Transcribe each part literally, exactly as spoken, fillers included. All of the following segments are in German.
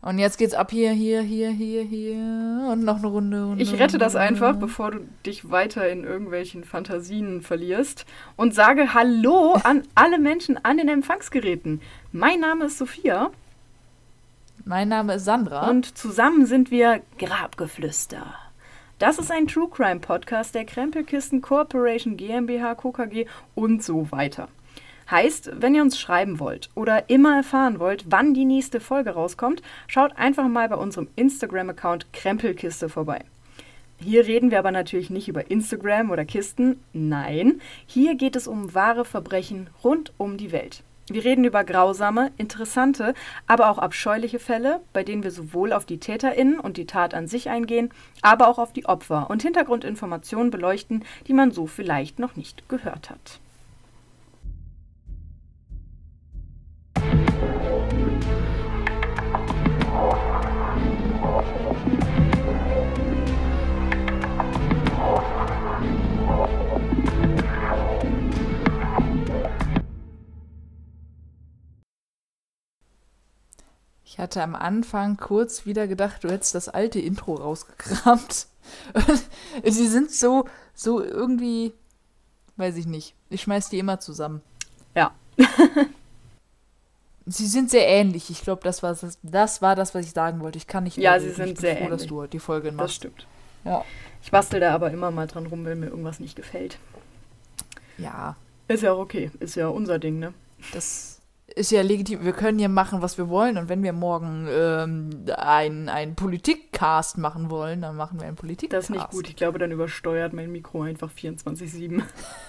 Und jetzt geht's ab hier, hier, hier, hier, hier und noch eine Runde. Und Ich rette das einfach, bevor du dich weiter in irgendwelchen Fantasien verlierst und sage Hallo an alle Menschen an den Empfangsgeräten. Mein Name ist Sophia. Mein Name ist Sandra. Und zusammen sind wir Grabgeflüster. Das ist ein True Crime Podcast der Krempelkisten Corporation GmbH, Co. K G und so weiter. Heißt, wenn ihr uns schreiben wollt oder immer erfahren wollt, wann die nächste Folge rauskommt, schaut einfach mal bei unserem Instagram-Account Krempelkiste vorbei. Hier reden wir aber natürlich nicht über Instagram oder Kisten. Nein, hier geht es um wahre Verbrechen rund um die Welt. Wir reden über grausame, interessante, aber auch abscheuliche Fälle, bei denen wir sowohl auf die TäterInnen und die Tat an sich eingehen, aber auch auf die Opfer und Hintergrundinformationen beleuchten, die man so vielleicht noch nicht gehört hat. Ich hatte am Anfang kurz wieder gedacht, du hättest das alte Intro rausgekramt. Die sind so, so irgendwie, weiß ich nicht. Ich schmeiß die immer zusammen. Ja. Sie sind sehr ähnlich. Ich glaube, das war das, das war das, was ich sagen wollte. Ich kann nicht. Ja, mehr sie reden. sind ich bin sehr froh, ähnlich. Dass du die Folge machst. Das stimmt. Ja. Ich bastel da aber immer mal dran rum, wenn mir irgendwas nicht gefällt. Ja. Ist ja auch okay. Ist ja unser Ding, ne? Das ist ja legitim. Wir können ja machen, was wir wollen. Und wenn wir morgen ähm, einen, einen Politikcast machen wollen, dann machen wir einen Politikcast. Das ist nicht gut. Ich glaube, dann übersteuert mein Mikro einfach vierundzwanzig sieben.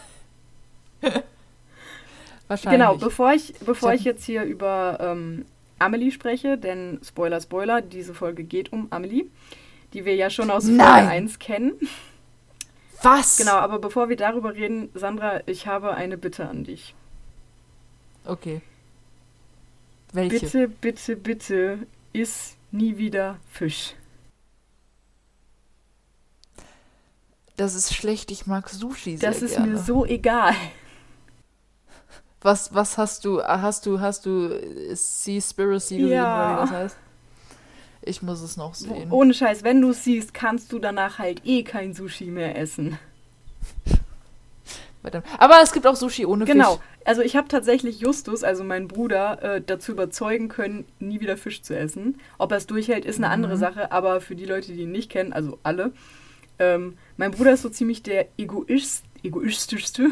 Wahrscheinlich. Genau, bevor ich, bevor ich jetzt hier über ähm, Amelie spreche, denn Spoiler, Spoiler, diese Folge geht um Amelie, die wir ja schon aus Folge eins kennen. Was? Genau, aber bevor wir darüber reden, Sandra, ich habe eine Bitte an dich. Okay. Welche? Bitte, bitte, bitte, iss nie wieder Fisch. Das ist schlecht, ich mag Sushi sehr Das ist gerne. mir so egal. Was, was hast du, hast du, hast du Seaspiracy gesehen, Ja. oder wie das heißt? Ich muss es noch sehen. Ohne Scheiß, wenn du es siehst, kannst du danach halt eh kein Sushi mehr essen. Aber es gibt auch Sushi ohne Genau. Fisch. Also ich habe tatsächlich Justus, also meinen Bruder, äh, dazu überzeugen können, nie wieder Fisch zu essen. Ob er es durchhält, ist eine Mhm. andere Sache, aber für die Leute, die ihn nicht kennen, also alle, ähm, mein Bruder ist so ziemlich der Egoist, egoistischste,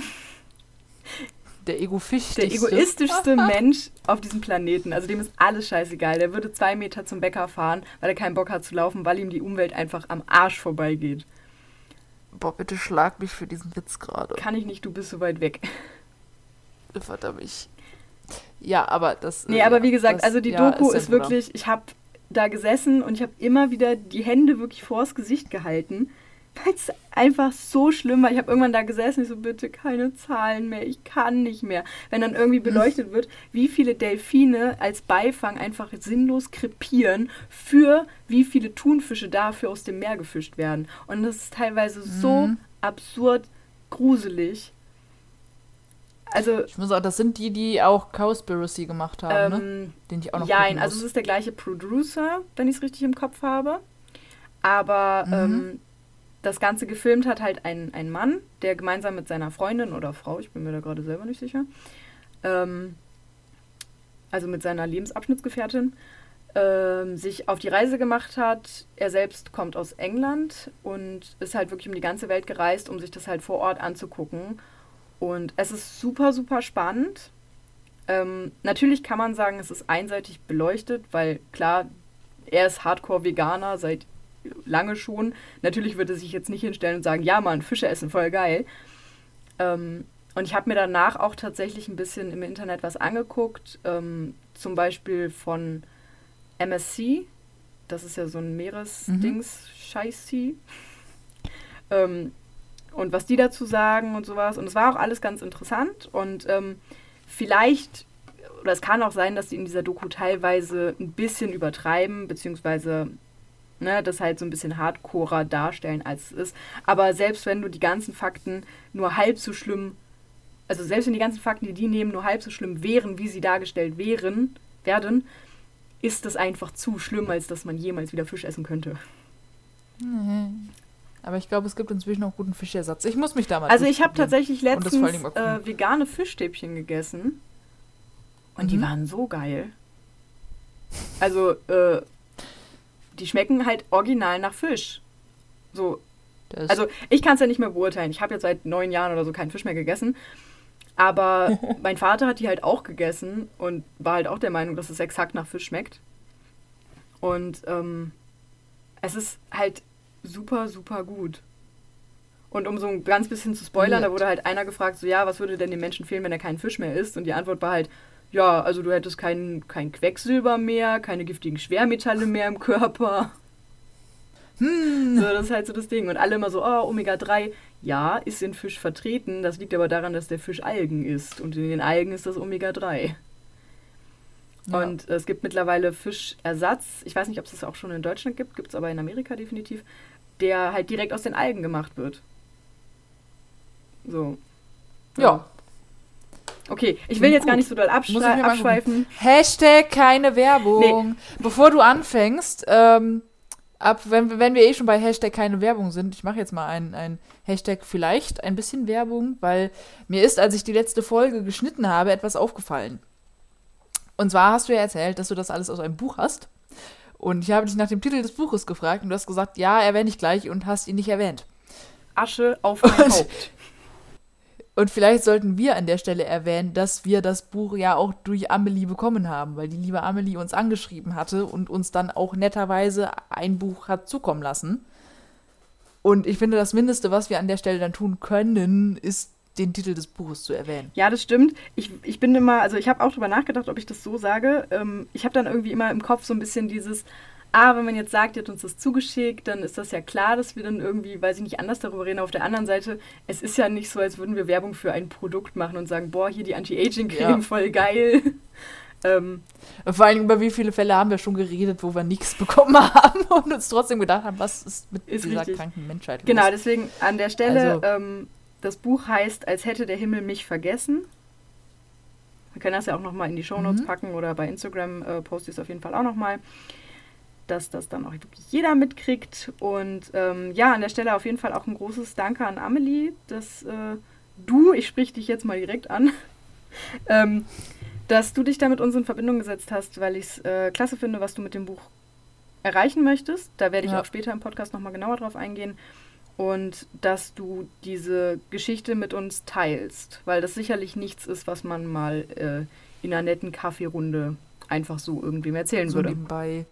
Der egofischtigste. der egoistischste Mensch auf diesem Planeten. Also dem ist alles scheißegal. Der würde zwei Meter zum Bäcker fahren, weil er keinen Bock hat zu laufen, weil ihm die Umwelt einfach am Arsch vorbeigeht. Boah, bitte schlag mich für diesen Witz gerade. Kann ich nicht, du bist so weit weg. Verdammt mich. Ja, aber das... Nee, äh, aber ja, wie gesagt, das, also die ja, Doku ist, ist wirklich, ich habe da gesessen und ich habe immer wieder die Hände wirklich vors Gesicht gehalten, weil es einfach so schlimm war. Ich habe irgendwann da gesessen, ich so, bitte keine Zahlen mehr, ich kann nicht mehr. Wenn dann irgendwie beleuchtet wird, wie viele Delfine als Beifang einfach sinnlos krepieren, für wie viele Thunfische dafür aus dem Meer gefischt werden. Und das ist teilweise so Mhm. absurd gruselig. Also, Ich muss sagen, das sind die, die auch Cowspiracy gemacht haben, ne? ähm, Den ich auch noch Nein, gucken also muss. es ist der gleiche Producer, wenn ich es richtig im Kopf habe. Aber Mhm. ähm, das Ganze gefilmt hat halt ein, ein Mann, der gemeinsam mit seiner Freundin oder Frau, ich bin mir da gerade selber nicht sicher, ähm, also mit seiner Lebensabschnittsgefährtin, ähm, sich auf die Reise gemacht hat. Er selbst kommt aus England und ist halt wirklich um die ganze Welt gereist, um sich das halt vor Ort anzugucken. Und es ist super, super spannend. Ähm, natürlich kann man sagen, es ist einseitig beleuchtet, weil klar, er ist Hardcore-Veganer seit lange schon. Natürlich würde er sich jetzt nicht hinstellen und sagen, ja Mann, Fische essen, voll geil. Ähm, und ich habe mir danach auch tatsächlich ein bisschen im Internet was angeguckt, ähm, zum Beispiel von M S C, das ist ja so ein Meeresdings, mhm. Scheiß-C. Ähm, und was die dazu sagen und sowas. Und es war auch alles ganz interessant. Und ähm, vielleicht, oder es kann auch sein, dass die in dieser Doku teilweise ein bisschen übertreiben, beziehungsweise ne, das halt so ein bisschen hardcorer darstellen, als es ist. Aber selbst wenn du die ganzen Fakten nur halb so schlimm, also selbst wenn die ganzen Fakten, die die nehmen, nur halb so schlimm wären, wie sie dargestellt wären, werden, ist es einfach zu schlimm, als dass man jemals wieder Fisch essen könnte. Nee. Aber ich glaube, es gibt inzwischen auch guten Fischersatz. Ich muss mich da mal Also ich habe tatsächlich und das vor allem letztens mal gucken. äh, vegane Fischstäbchen gegessen. Und Mhm. die waren so geil. Also, äh, die schmecken halt original nach Fisch. So, Das also ich kann es ja nicht mehr beurteilen. Ich habe jetzt seit neun Jahren oder so keinen Fisch mehr gegessen. Aber mein Vater hat die halt auch gegessen und war halt auch der Meinung, dass es exakt nach Fisch schmeckt. Und ähm, es ist halt super, super gut. Und um so ein ganz bisschen zu spoilern, Ja. da wurde halt einer gefragt, so ja, was würde denn dem Menschen fehlen, wenn er keinen Fisch mehr isst? Und die Antwort war halt, ja, also du hättest kein, kein Quecksilber mehr, keine giftigen Schwermetalle mehr im Körper. Hm. So, das ist halt so das Ding. Und alle immer so, oh, Omega drei, ja, ist in Fisch vertreten. Das liegt aber daran, dass der Fisch Algen isst. Und in den Algen ist das Omega drei. Ja. Und es gibt mittlerweile Fischersatz. Ich weiß nicht, ob es das auch schon in Deutschland gibt. Gibt es aber in Amerika definitiv. Der halt direkt aus den Algen gemacht wird. So. Ja. Okay, ich will jetzt Gut. gar nicht so doll Muss ich mir abschrei- mal abschweifen. Hashtag keine Werbung. Bevor du anfängst, ähm, ab, wenn, wenn wir eh schon bei Hashtag keine Werbung sind, ich mache jetzt mal ein, ein Hashtag vielleicht ein bisschen Werbung, weil mir ist, als ich die letzte Folge geschnitten habe, etwas aufgefallen. Und zwar hast du ja erzählt, dass du das alles aus einem Buch hast. Und ich habe dich nach dem Titel des Buches gefragt und du hast gesagt, ja, erwähne ich gleich und hast ihn nicht erwähnt. Asche auf mein Haupt. Und vielleicht sollten wir an der Stelle erwähnen, dass wir das Buch ja auch durch Amelie bekommen haben, weil die liebe Amelie uns angeschrieben hatte und uns dann auch netterweise ein Buch hat zukommen lassen. Und ich finde, das Mindeste, was wir an der Stelle dann tun können, ist, den Titel des Buches zu erwähnen. Ja, das stimmt. Ich, ich bin immer, also ich habe auch drüber nachgedacht, ob ich das so sage. Ähm, ich habe dann irgendwie immer im Kopf so ein bisschen dieses, ah, wenn man jetzt sagt, die hat uns das zugeschickt, dann ist das ja klar, dass wir dann irgendwie, weiß ich nicht, anders darüber reden. Auf der anderen Seite, es ist ja nicht so, als würden wir Werbung für ein Produkt machen und sagen, boah, hier die Anti-Aging-Creme, Ja. voll geil. ähm, Vor allem über wie viele Fälle haben wir schon geredet, wo wir nichts bekommen haben und uns trotzdem gedacht haben, was ist mit Ist dieser richtig. kranken Menschheit los? genau, deswegen an der Stelle, Also- ähm, das Buch heißt, als hätte der Himmel mich vergessen. Wir können das ja auch nochmal in die Shownotes Mhm. packen oder bei Instagram äh, poste ich es auf jeden Fall auch nochmal, dass das dann auch wirklich jeder mitkriegt. Und ähm, ja, an der Stelle auf jeden Fall auch ein großes Danke an Amelie, dass äh, du, ich sprich dich jetzt mal direkt an, ähm, dass du dich da mit uns in Verbindung gesetzt hast, weil ich es äh, klasse finde, was du mit dem Buch erreichen möchtest. Da werde ich Ja. auch später im Podcast nochmal genauer drauf eingehen. Und dass du diese Geschichte mit uns teilst, weil das sicherlich nichts ist, was man mal äh, in einer netten Kaffeerunde einfach so irgendwem erzählen so würde. nebenbei.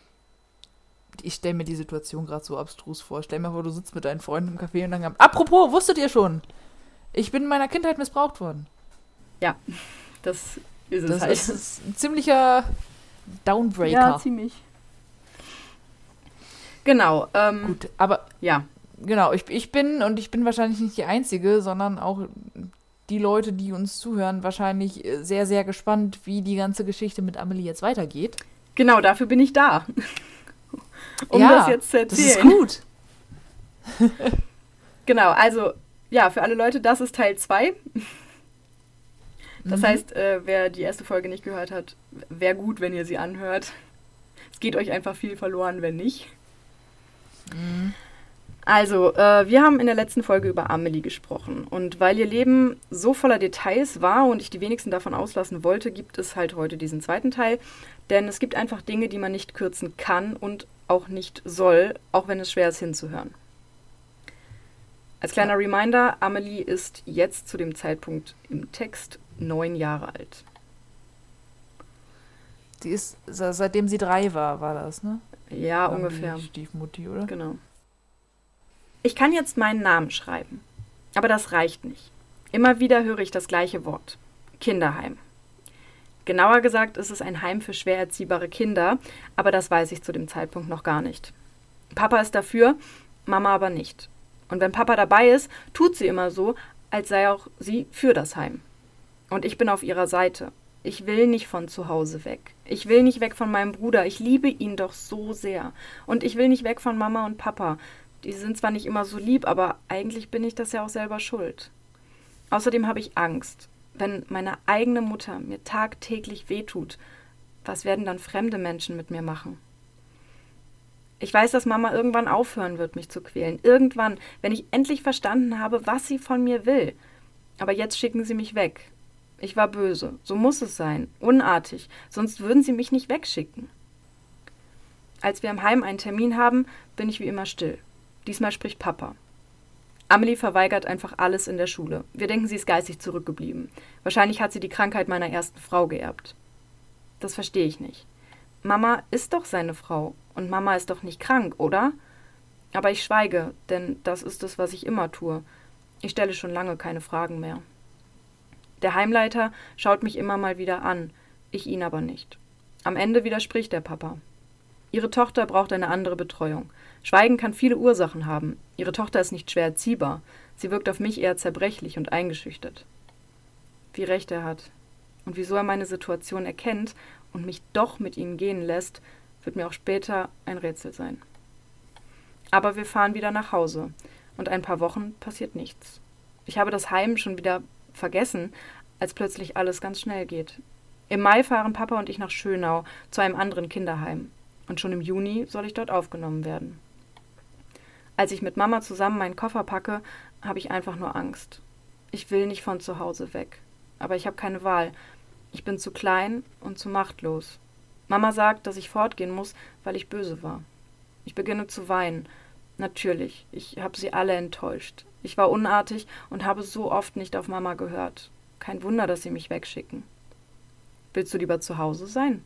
Ich stelle mir die Situation gerade so abstrus vor. Stell mir vor, du sitzt mit deinen Freunden im Café und dann haben, apropos, wusstet ihr schon? Ich bin in meiner Kindheit missbraucht worden. Ja, das ist es Das halt. ist ein ziemlicher Downbreaker. Ja, ziemlich. Genau, ähm, Gut, aber ja. genau, ich, ich bin, und ich bin wahrscheinlich nicht die Einzige, sondern auch die Leute, die uns zuhören, wahrscheinlich sehr, sehr gespannt, wie die ganze Geschichte mit Amelie jetzt weitergeht. Genau, dafür bin ich da. um ja, das jetzt zu das ist erzählen. gut. Genau, also ja, für alle Leute, das ist Teil zwei. Das Mhm. heißt, äh, wer die erste Folge nicht gehört hat, wäre gut, wenn ihr sie anhört. Es geht euch einfach viel verloren, wenn nicht. Mhm. Also, äh, wir haben in der letzten Folge über Amelie gesprochen. Und weil ihr Leben so voller Details war und ich die wenigsten davon auslassen wollte, gibt es halt heute diesen zweiten Teil. Denn es gibt einfach Dinge, die man nicht kürzen kann und auch nicht soll, auch wenn es schwer ist hinzuhören. Als kleiner Reminder, Amelie ist jetzt zu dem Zeitpunkt im Text neun Jahre alt. Die ist, se- seitdem sie drei war, war das, ne? Ja, Amelie, ungefähr. Stiefmutti, oder? Genau. Ich kann jetzt meinen Namen schreiben, aber das reicht nicht. Immer wieder höre ich das gleiche Wort. Kinderheim. Genauer gesagt ist es ein Heim für schwer erziehbare Kinder, aber das weiß ich zu dem Zeitpunkt noch gar nicht. Papa ist dafür, Mama aber nicht. Und wenn Papa dabei ist, tut sie immer so, als sei auch sie für das Heim. Und ich bin auf ihrer Seite. Ich will nicht von zu Hause weg. Ich will nicht weg von meinem Bruder. Ich liebe ihn doch so sehr. Und ich will nicht weg von Mama und Papa. Die sind zwar nicht immer so lieb, aber eigentlich bin ich das ja auch selber schuld. Außerdem habe ich Angst, wenn meine eigene Mutter mir tagtäglich wehtut, Was werden dann fremde Menschen mit mir machen? Ich weiß, dass Mama irgendwann aufhören wird, mich zu quälen. Irgendwann, wenn ich endlich verstanden habe, was sie von mir will. Aber jetzt schicken sie mich weg. Ich war böse. So muss es sein. Unartig. Sonst würden sie mich nicht wegschicken. Als wir im Heim einen Termin haben, bin ich wie immer still. Diesmal spricht Papa. Amelie verweigert einfach alles in der Schule. Wir denken, sie ist geistig zurückgeblieben. Wahrscheinlich hat sie die Krankheit meiner ersten Frau geerbt. Das verstehe ich nicht. Mama ist doch seine Frau. Und Mama ist doch nicht krank, oder? Aber ich schweige, denn das ist es, was ich immer tue. Ich stelle schon lange keine Fragen mehr. Der Heimleiter schaut mich immer mal wieder an, ich ihn aber nicht. Am Ende widerspricht der Papa. Ihre Tochter braucht eine andere Betreuung. Schweigen kann viele Ursachen haben. Ihre Tochter ist nicht schwer erziehbar. Sie wirkt auf mich eher zerbrechlich und eingeschüchtert. Wie recht er hat. Und wieso er meine Situation erkennt und mich doch mit ihnen gehen lässt, wird mir auch später ein Rätsel sein. Aber wir fahren wieder nach Hause und ein paar Wochen passiert nichts. Ich habe das Heim schon wieder vergessen, als plötzlich alles ganz schnell geht. Im Mai fahren Papa und ich nach Schönau zu einem anderen Kinderheim. Und schon im Juni soll ich dort aufgenommen werden. Als ich mit Mama zusammen meinen Koffer packe, habe ich einfach nur Angst. Ich will nicht von zu Hause weg. Aber ich habe keine Wahl. Ich bin zu klein und zu machtlos. Mama sagt, dass ich fortgehen muss, weil ich böse war. Ich beginne zu weinen. Natürlich, ich habe sie alle enttäuscht. Ich war unartig und habe so oft nicht auf Mama gehört. Kein Wunder, dass sie mich wegschicken. Willst du lieber zu Hause sein?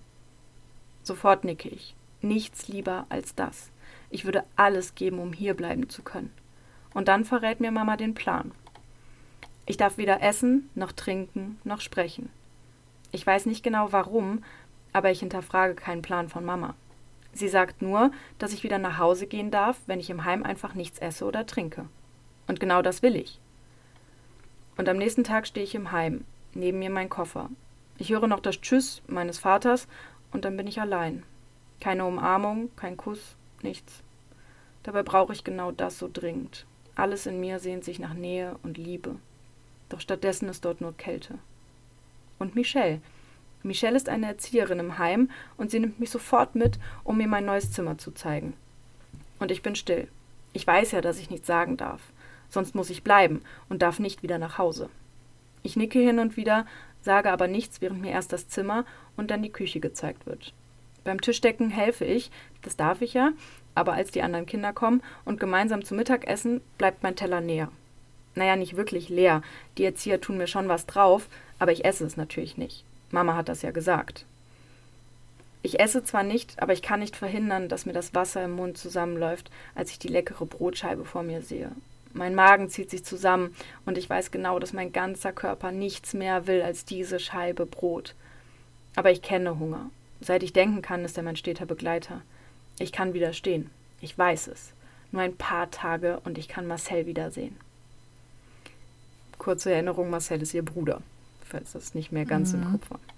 Sofort nicke ich. Nichts lieber als das. Ich würde alles geben, um hier bleiben zu können. Und dann verrät mir Mama den Plan. Ich darf weder essen, noch trinken, noch sprechen. Ich weiß nicht genau warum, aber ich hinterfrage keinen Plan von Mama. Sie sagt nur, dass ich wieder nach Hause gehen darf, wenn ich im Heim einfach nichts esse oder trinke. Und genau das will ich. Und am nächsten Tag stehe ich im Heim, neben mir mein Koffer. Ich höre noch das Tschüss meines Vaters und dann bin ich allein. Keine Umarmung, kein Kuss, nichts. Dabei brauche ich genau das so dringend. Alles in mir sehnt sich nach Nähe und Liebe. Doch stattdessen ist dort nur Kälte. Und Michelle. Michelle ist eine Erzieherin im Heim und sie nimmt mich sofort mit, um mir mein neues Zimmer zu zeigen. Und ich bin still. Ich weiß ja, dass ich nichts sagen darf. Sonst muss ich bleiben und darf nicht wieder nach Hause. Ich nicke hin und wieder, sage aber nichts, während mir erst das Zimmer und dann die Küche gezeigt wird. Beim Tischdecken helfe ich, das darf ich ja, aber als die anderen Kinder kommen und gemeinsam zum Mittagessen, bleibt mein Teller leer. Naja, nicht wirklich leer. Die Erzieher tun mir schon was drauf, aber ich esse es natürlich nicht. Mama hat das ja gesagt. Ich esse zwar nicht, aber ich kann nicht verhindern, dass mir das Wasser im Mund zusammenläuft, als ich die leckere Brotscheibe vor mir sehe. Mein Magen zieht sich zusammen und ich weiß genau, dass mein ganzer Körper nichts mehr will als diese Scheibe Brot. Aber ich kenne Hunger. Seit ich denken kann, ist er mein steter Begleiter. Ich kann widerstehen. Ich weiß es. Nur ein paar Tage und ich kann Marcel wiedersehen. Kurze Erinnerung, Marcel ist ihr Bruder, falls das nicht mehr ganz mhm. im Kopf war.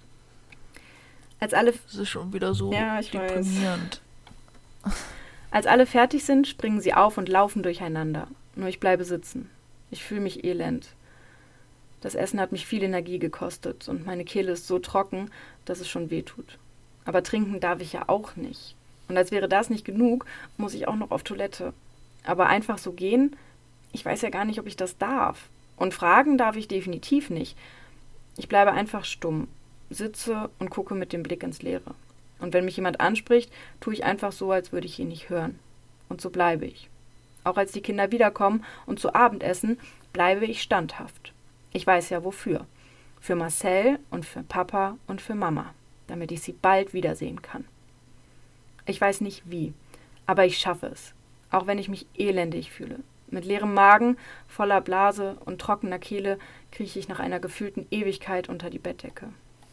Als alle das ist schon wieder so ja, ich deprimierend. Weiß. Als alle fertig sind, springen sie auf und laufen durcheinander. Nur ich bleibe sitzen. Ich fühle mich elend. Das Essen hat mich viel Energie gekostet und meine Kehle ist so trocken, dass es schon weh tut. Aber trinken darf ich ja auch nicht. Und als wäre das nicht genug, muss ich auch noch auf Toilette. Aber einfach so gehen, ich weiß ja gar nicht, ob ich das darf. Und fragen darf ich definitiv nicht. Ich bleibe einfach stumm, sitze und gucke mit dem Blick ins Leere. Und wenn mich jemand anspricht, tue ich einfach so, als würde ich ihn nicht hören. Und so bleibe ich. Auch als die Kinder wiederkommen und zu Abend essen, bleibe ich standhaft. Ich weiß ja wofür. Für Marcel und für Papa und für Mama, damit ich sie bald wiedersehen kann. Ich weiß nicht wie, aber ich schaffe es, auch wenn ich mich elendig fühle. Mit leerem Magen, voller Blase und trockener Kehle krieche ich nach einer gefühlten Ewigkeit unter die Bettdecke.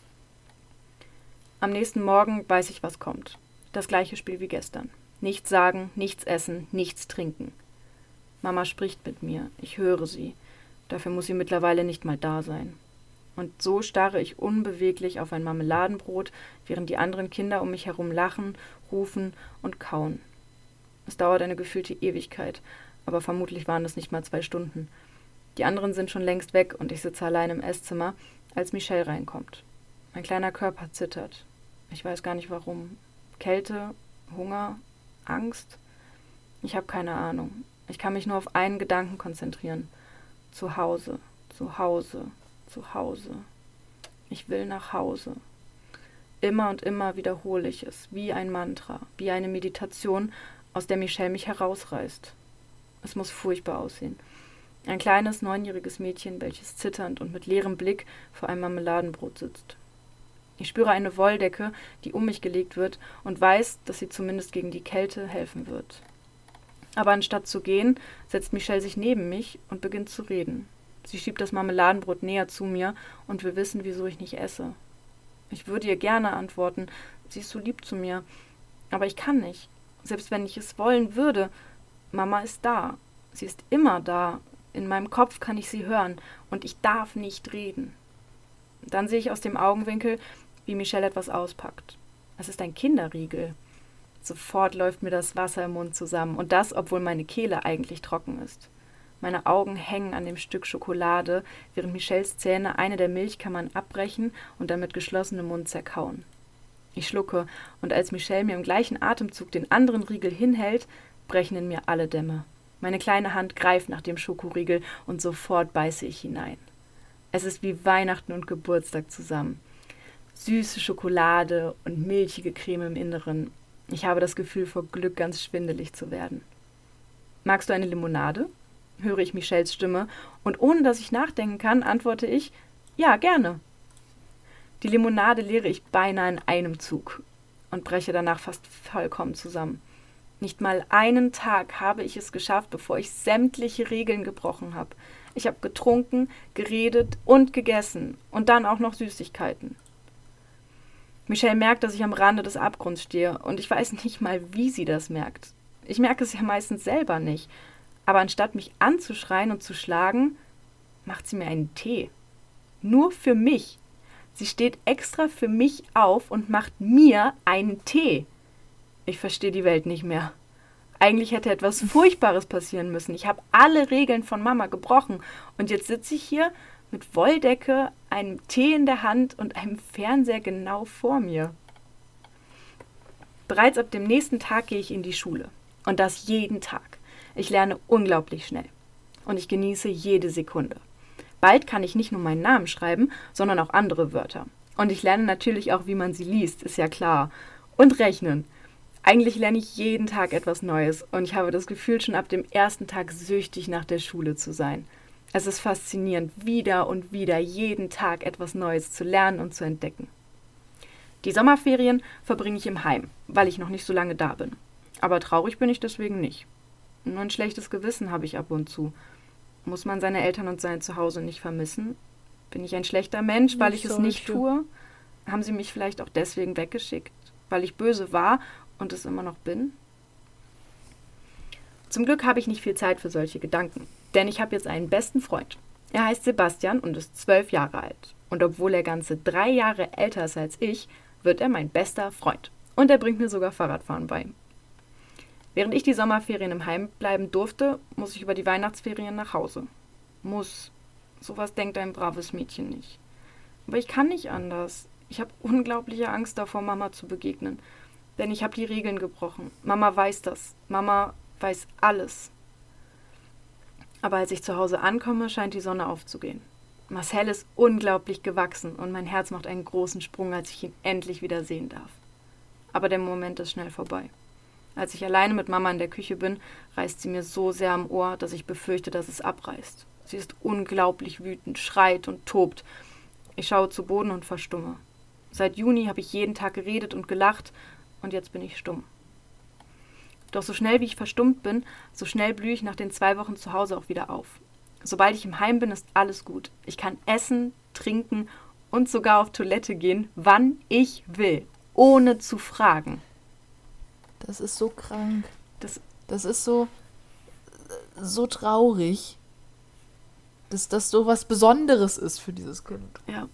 Am nächsten Morgen weiß ich, was kommt. Das gleiche Spiel wie gestern. Nichts sagen, nichts essen, nichts trinken. Mama spricht mit mir, ich höre sie. Dafür muss sie mittlerweile nicht mal da sein. Und so starre ich unbeweglich auf ein Marmeladenbrot, während die anderen Kinder um mich herum lachen, rufen und kauen. Es dauert eine gefühlte Ewigkeit, aber vermutlich waren es nicht mal zwei Stunden. Die anderen sind schon längst weg und ich sitze allein im Esszimmer, als Michelle reinkommt. Mein kleiner Körper zittert. Ich weiß gar nicht warum. Kälte, Hunger, Angst. Ich habe keine Ahnung. Ich kann mich nur auf einen Gedanken konzentrieren. Zu Hause, zu Hause, zu Hause. Ich will nach Hause. Immer und immer wiederhole ich es, wie ein Mantra, wie eine Meditation, aus der Michelle mich herausreißt. Es muss furchtbar aussehen. Ein kleines, neunjähriges Mädchen, welches zitternd und mit leerem Blick vor einem Marmeladenbrot sitzt. Ich spüre eine Wolldecke, die um mich gelegt wird und weiß, dass sie zumindest gegen die Kälte helfen wird. Aber anstatt zu gehen, setzt Michelle sich neben mich und beginnt zu reden. Sie schiebt das Marmeladenbrot näher zu mir und will wissen, wieso ich nicht esse. Ich würde ihr gerne antworten, sie ist so lieb zu mir, aber ich kann nicht. Selbst wenn ich es wollen würde, Mama ist da. Sie ist immer da. In meinem Kopf kann ich sie hören und ich darf nicht reden. Dann sehe ich aus dem Augenwinkel, wie Michelle etwas auspackt. Es ist ein Kinderriegel. Sofort läuft mir das Wasser im Mund zusammen und das, obwohl meine Kehle eigentlich trocken ist. Meine Augen hängen an dem Stück Schokolade, während Michelles Zähne eine der Milchkammern abbrechen und dann mit geschlossenem Mund zerkauen. Ich schlucke und als Michelle mir im gleichen Atemzug den anderen Riegel hinhält, brechen in mir alle Dämme. Meine kleine Hand greift nach dem Schokoriegel und sofort beiße ich hinein. Es ist wie Weihnachten und Geburtstag zusammen. Süße Schokolade und milchige Creme im Inneren. Ich habe das Gefühl, vor Glück ganz schwindelig zu werden. Magst du eine Limonade? Höre ich Michelles Stimme und ohne dass ich nachdenken kann, antworte ich, ja, gerne. Die Limonade leere ich beinahe in einem Zug und breche danach fast vollkommen zusammen. Nicht mal einen Tag habe ich es geschafft, bevor ich sämtliche Regeln gebrochen habe. Ich habe getrunken, geredet und gegessen und dann auch noch Süßigkeiten. Michelle merkt, dass ich am Rande des Abgrunds stehe und ich weiß nicht mal, wie sie das merkt. Ich merke es ja meistens selber nicht. Aber anstatt mich anzuschreien und zu schlagen, macht sie mir einen Tee. Nur für mich. Sie steht extra für mich auf und macht mir einen Tee. Ich verstehe die Welt nicht mehr. Eigentlich hätte etwas Furchtbares passieren müssen. Ich habe alle Regeln von Mama gebrochen und jetzt sitze ich hier mit Wolldecke, einem Tee in der Hand und einem Fernseher genau vor mir. Bereits ab dem nächsten Tag gehe ich in die Schule. Und das jeden Tag. Ich lerne unglaublich schnell. Und ich genieße jede Sekunde. Bald kann ich nicht nur meinen Namen schreiben, sondern auch andere Wörter. Und ich lerne natürlich auch, wie man sie liest, ist ja klar. Und rechnen. Eigentlich lerne ich jeden Tag etwas Neues. Und ich habe das Gefühl, schon ab dem ersten Tag süchtig nach der Schule zu sein. Es ist faszinierend, wieder und wieder jeden Tag etwas Neues zu lernen und zu entdecken. Die Sommerferien verbringe ich im Heim, weil ich noch nicht so lange da bin. Aber traurig bin ich deswegen nicht. Nur ein schlechtes Gewissen habe ich ab und zu. Muss man seine Eltern und sein Zuhause nicht vermissen? Bin ich ein schlechter Mensch, weil ich es nicht tue? Haben sie mich vielleicht auch deswegen weggeschickt, weil ich böse war und es immer noch bin? Zum Glück habe ich nicht viel Zeit für solche Gedanken, denn ich habe jetzt einen besten Freund. Er heißt Sebastian und ist zwölf Jahre alt. Und obwohl er ganze drei Jahre älter ist als ich, wird er mein bester Freund. Und er bringt mir sogar Fahrradfahren bei. Während ich die Sommerferien im Heim bleiben durfte, muss ich über die Weihnachtsferien nach Hause. Muss. Sowas denkt ein braves Mädchen nicht. Aber ich kann nicht anders. Ich habe unglaubliche Angst davor, Mama zu begegnen. Denn ich habe die Regeln gebrochen. Mama weiß das. Mama weiß alles. Aber als ich zu Hause ankomme, scheint die Sonne aufzugehen. Marcel ist unglaublich gewachsen und mein Herz macht einen großen Sprung, als ich ihn endlich wieder sehen darf. Aber der Moment ist schnell vorbei. Als ich alleine mit Mama in der Küche bin, reißt sie mir so sehr am Ohr, dass ich befürchte, dass es abreißt. Sie ist unglaublich wütend, schreit und tobt. Ich schaue zu Boden und verstumme. Seit Juni habe ich jeden Tag geredet und gelacht und jetzt bin ich stumm. Doch so schnell wie ich verstummt bin, so schnell blühe ich nach den zwei Wochen zu Hause auch wieder auf. Sobald ich im Heim bin, ist alles gut. Ich kann essen, trinken und sogar auf Toilette gehen, wann ich will, ohne zu fragen. Das ist so krank. Das, das ist so, so traurig, dass das so was Besonderes ist für dieses Kind. Ja.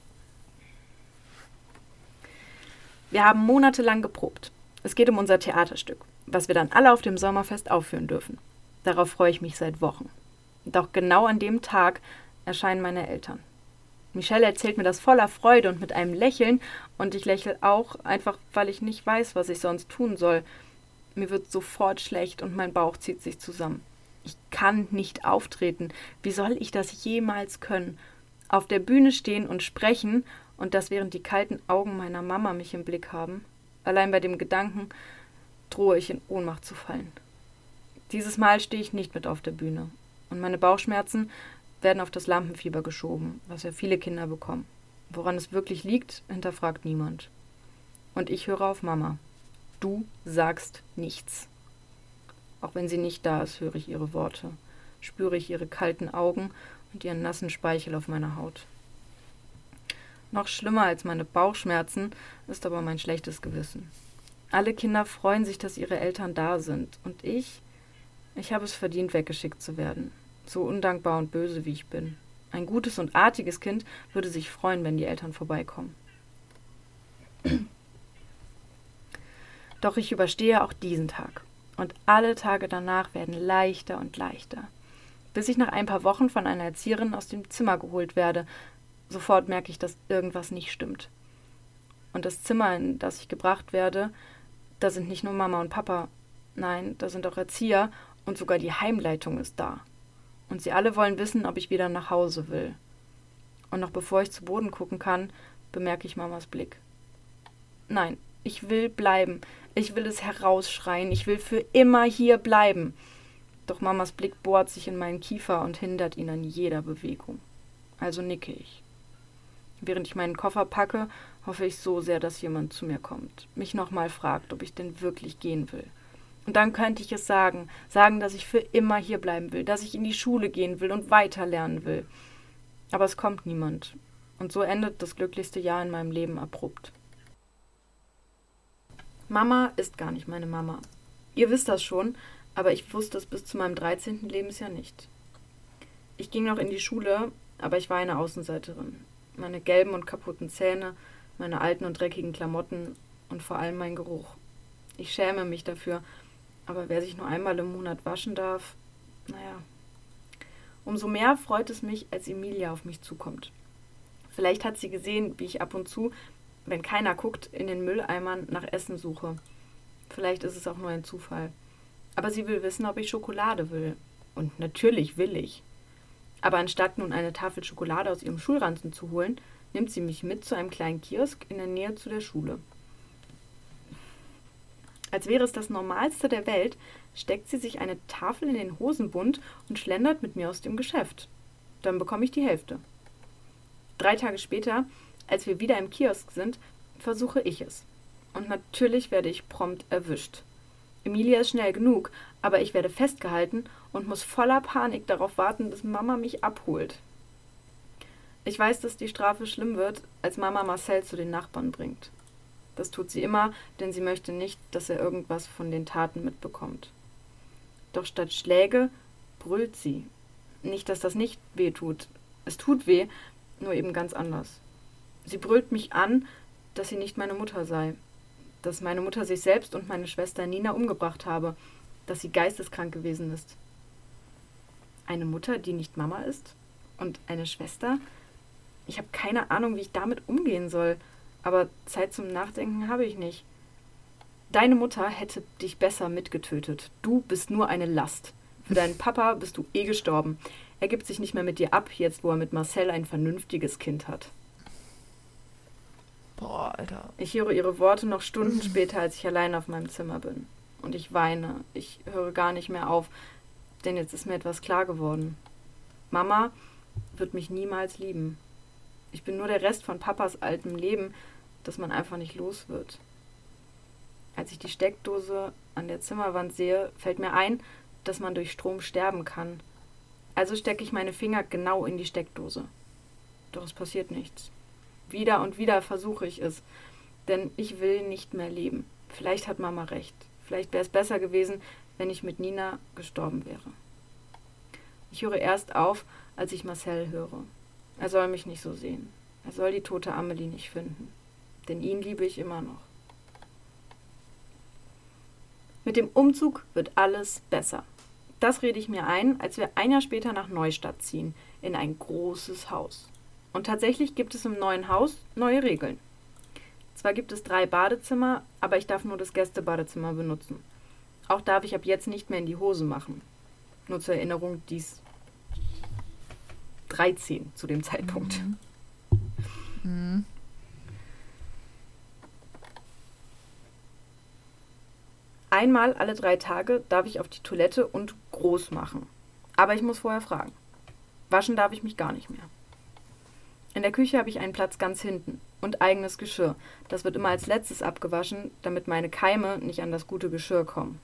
Wir haben monatelang geprobt. Es geht um unser Theaterstück, was wir dann alle auf dem Sommerfest aufführen dürfen. Darauf freue ich mich seit Wochen. Doch genau an dem Tag erscheinen meine Eltern. Michelle erzählt mir das voller Freude und mit einem Lächeln und ich lächle auch, einfach weil ich nicht weiß, was ich sonst tun soll. Mir wird sofort schlecht und mein Bauch zieht sich zusammen. Ich kann nicht auftreten. Wie soll ich das jemals können? Auf der Bühne stehen und sprechen und das während die kalten Augen meiner Mama mich im Blick haben. Allein bei dem Gedanken drohe ich in Ohnmacht zu fallen. Dieses Mal stehe ich nicht mit auf der Bühne und meine Bauchschmerzen werden auf das Lampenfieber geschoben, was ja viele Kinder bekommen. Woran es wirklich liegt, hinterfragt niemand. Und ich höre auf Mama. Du sagst nichts. Auch wenn sie nicht da ist, höre ich ihre Worte, spüre ich ihre kalten Augen und ihren nassen Speichel auf meiner Haut. Noch schlimmer als meine Bauchschmerzen ist aber mein schlechtes Gewissen. Alle Kinder freuen sich, dass ihre Eltern da sind. Und ich, ich habe es verdient, weggeschickt zu werden. So undankbar und böse, wie ich bin. Ein gutes und artiges Kind würde sich freuen, wenn die Eltern vorbeikommen. Doch ich überstehe auch diesen Tag. Und alle Tage danach werden leichter und leichter. Bis ich nach ein paar Wochen von einer Erzieherin aus dem Zimmer geholt werde. Sofort merke ich, dass irgendwas nicht stimmt. Und das Zimmer, in das ich gebracht werde, da sind nicht nur Mama und Papa. Nein, da sind auch Erzieher und sogar die Heimleitung ist da. Und sie alle wollen wissen, ob ich wieder nach Hause will. Und noch bevor ich zu Boden gucken kann, bemerke ich Mamas Blick. Nein, ich will bleiben. Ich will es herausschreien. Ich will für immer hier bleiben. Doch Mamas Blick bohrt sich in meinen Kiefer und hindert ihn an jeder Bewegung. Also nicke ich. Während ich meinen Koffer packe, hoffe ich so sehr, dass jemand zu mir kommt, mich nochmal fragt, ob ich denn wirklich gehen will. Und dann könnte ich es sagen, sagen, dass ich für immer hier bleiben will, dass ich in die Schule gehen will und weiter lernen will. Aber es kommt niemand. Und so endet das glücklichste Jahr in meinem Leben abrupt. Mama ist gar nicht meine Mama. Ihr wisst das schon, aber ich wusste es bis zu meinem dreizehnten Lebensjahr nicht. Ich ging noch in die Schule, aber ich war eine Außenseiterin. Meine gelben und kaputten Zähne, meine alten und dreckigen Klamotten und vor allem mein Geruch. Ich schäme mich dafür, aber wer sich nur einmal im Monat waschen darf, naja. Umso mehr freut es mich, als Emilia auf mich zukommt. Vielleicht hat sie gesehen, wie ich ab und zu, wenn keiner guckt, in den Mülleimern nach Essen suche. Vielleicht ist es auch nur ein Zufall. Aber sie will wissen, ob ich Schokolade will. Und natürlich will ich. Aber anstatt nun eine Tafel Schokolade aus ihrem Schulranzen zu holen, nimmt sie mich mit zu einem kleinen Kiosk in der Nähe zu der Schule. Als wäre es das Normalste der Welt, steckt sie sich eine Tafel in den Hosenbund und schlendert mit mir aus dem Geschäft. Dann bekomme ich die Hälfte. Drei Tage später, als wir wieder im Kiosk sind, versuche ich es. Und natürlich werde ich prompt erwischt. Emilia ist schnell genug, aber ich werde festgehalten und muss voller Panik darauf warten, bis Mama mich abholt. Ich weiß, dass die Strafe schlimm wird, als Mama Marcel zu den Nachbarn bringt. Das tut sie immer, denn sie möchte nicht, dass er irgendwas von den Taten mitbekommt. Doch statt Schläge brüllt sie. Nicht, dass das nicht weh tut. Es tut weh, nur eben ganz anders. Sie brüllt mich an, dass sie nicht meine Mutter sei. Dass meine Mutter sich selbst und meine Schwester Nina umgebracht habe. Dass sie geisteskrank gewesen ist. Eine Mutter, die nicht Mama ist? Und eine Schwester? Ich habe keine Ahnung, wie ich damit umgehen soll. Aber Zeit zum Nachdenken habe ich nicht. Deine Mutter hätte dich besser mitgetötet. Du bist nur eine Last. Für deinen Papa bist du eh gestorben. Er gibt sich nicht mehr mit dir ab, jetzt wo er mit Marcel ein vernünftiges Kind hat. Boah, Alter. Ich höre ihre Worte noch Stunden später, als ich allein auf meinem Zimmer bin. Und ich weine. Ich höre gar nicht mehr auf, denn jetzt ist mir etwas klar geworden. Mama wird mich niemals lieben. Ich bin nur der Rest von Papas altem Leben, das man einfach nicht los wird. Als ich die Steckdose an der Zimmerwand sehe, fällt mir ein, dass man durch Strom sterben kann. Also stecke ich meine Finger genau in die Steckdose. Doch es passiert nichts. Wieder und wieder versuche ich es, denn ich will nicht mehr leben. Vielleicht hat Mama recht. Vielleicht wäre es besser gewesen, wenn ich mit Nina gestorben wäre. Ich höre erst auf, als ich Marcel höre. Er soll mich nicht so sehen. Er soll die tote Amelie nicht finden. Denn ihn liebe ich immer noch. Mit dem Umzug wird alles besser. Das rede ich mir ein, als wir ein Jahr später nach Neustadt ziehen, in ein großes Haus. Und tatsächlich gibt es im neuen Haus neue Regeln. Zwar gibt es drei Badezimmer, aber ich darf nur das Gästebadezimmer benutzen. Auch darf ich ab jetzt nicht mehr in die Hose machen. Nur zur Erinnerung, dies dreizehn zu dem Zeitpunkt. Mhm. Mhm. Einmal alle drei Tage darf ich auf die Toilette und groß machen. Aber ich muss vorher fragen. Waschen darf ich mich gar nicht mehr. In der Küche habe ich einen Platz ganz hinten und eigenes Geschirr. Das wird immer als letztes abgewaschen, damit meine Keime nicht an das gute Geschirr kommen.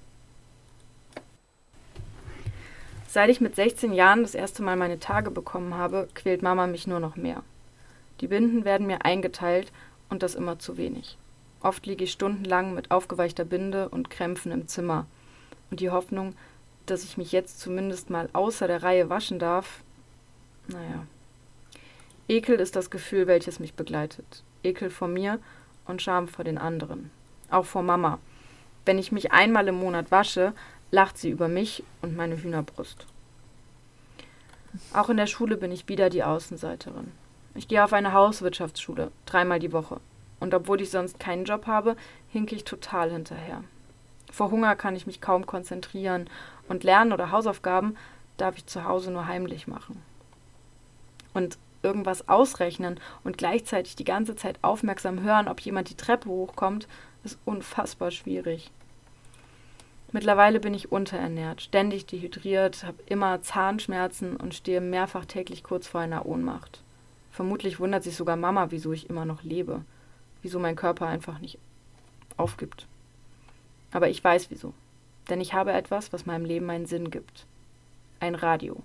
Seit ich mit sechzehn Jahren das erste Mal meine Tage bekommen habe, quält Mama mich nur noch mehr. Die Binden werden mir eingeteilt und das immer zu wenig. Oft liege ich stundenlang mit aufgeweichter Binde und Krämpfen im Zimmer. Und die Hoffnung, dass ich mich jetzt zumindest mal außer der Reihe waschen darf, naja. Ekel ist das Gefühl, welches mich begleitet. Ekel vor mir und Scham vor den anderen. Auch vor Mama. Wenn ich mich einmal im Monat wasche, lacht sie über mich und meine Hühnerbrust. Auch in der Schule bin ich wieder die Außenseiterin. Ich gehe auf eine Hauswirtschaftsschule, dreimal die Woche. Und obwohl ich sonst keinen Job habe, hinke ich total hinterher. Vor Hunger kann ich mich kaum konzentrieren und Lernen oder Hausaufgaben darf ich zu Hause nur heimlich machen. Und irgendwas ausrechnen und gleichzeitig die ganze Zeit aufmerksam hören, ob jemand die Treppe hochkommt, ist unfassbar schwierig. Mittlerweile bin ich unterernährt, ständig dehydriert, habe immer Zahnschmerzen und stehe mehrfach täglich kurz vor einer Ohnmacht. Vermutlich wundert sich sogar Mama, wieso ich immer noch lebe, wieso mein Körper einfach nicht aufgibt. Aber ich weiß wieso, denn ich habe etwas, was meinem Leben einen Sinn gibt. Ein Radio.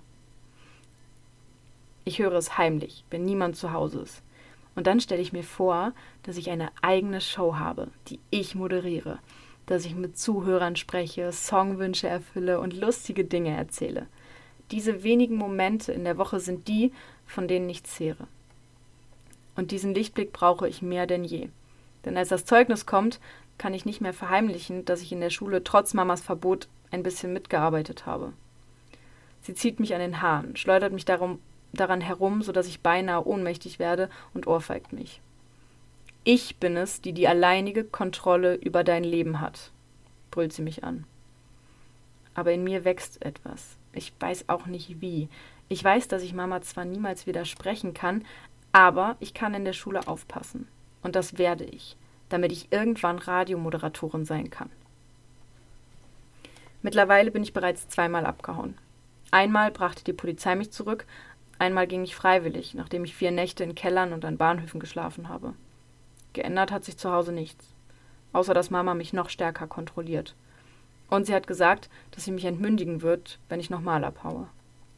Ich höre es heimlich, wenn niemand zu Hause ist. Und dann stelle ich mir vor, dass ich eine eigene Show habe, die ich moderiere, dass ich mit Zuhörern spreche, Songwünsche erfülle und lustige Dinge erzähle. Diese wenigen Momente in der Woche sind die, von denen ich zehre. Und diesen Lichtblick brauche ich mehr denn je. Denn als das Zeugnis kommt, kann ich nicht mehr verheimlichen, dass ich in der Schule trotz Mamas Verbot ein bisschen mitgearbeitet habe. Sie zieht mich an den Haaren, schleudert mich darum, daran herum, sodass ich beinahe ohnmächtig werde und ohrfeigt mich. Ich bin es, die die alleinige Kontrolle über dein Leben hat, brüllt sie mich an. Aber in mir wächst etwas. Ich weiß auch nicht wie. Ich weiß, dass ich Mama zwar niemals widersprechen kann, aber ich kann in der Schule aufpassen. Und das werde ich, damit ich irgendwann Radiomoderatorin sein kann. Mittlerweile bin ich bereits zweimal abgehauen. Einmal brachte die Polizei mich zurück, einmal ging ich freiwillig, nachdem ich vier Nächte in Kellern und an Bahnhöfen geschlafen habe. Geändert hat sich zu Hause nichts, außer dass Mama mich noch stärker kontrolliert. Und sie hat gesagt, dass sie mich entmündigen wird, wenn ich nochmal abhaue.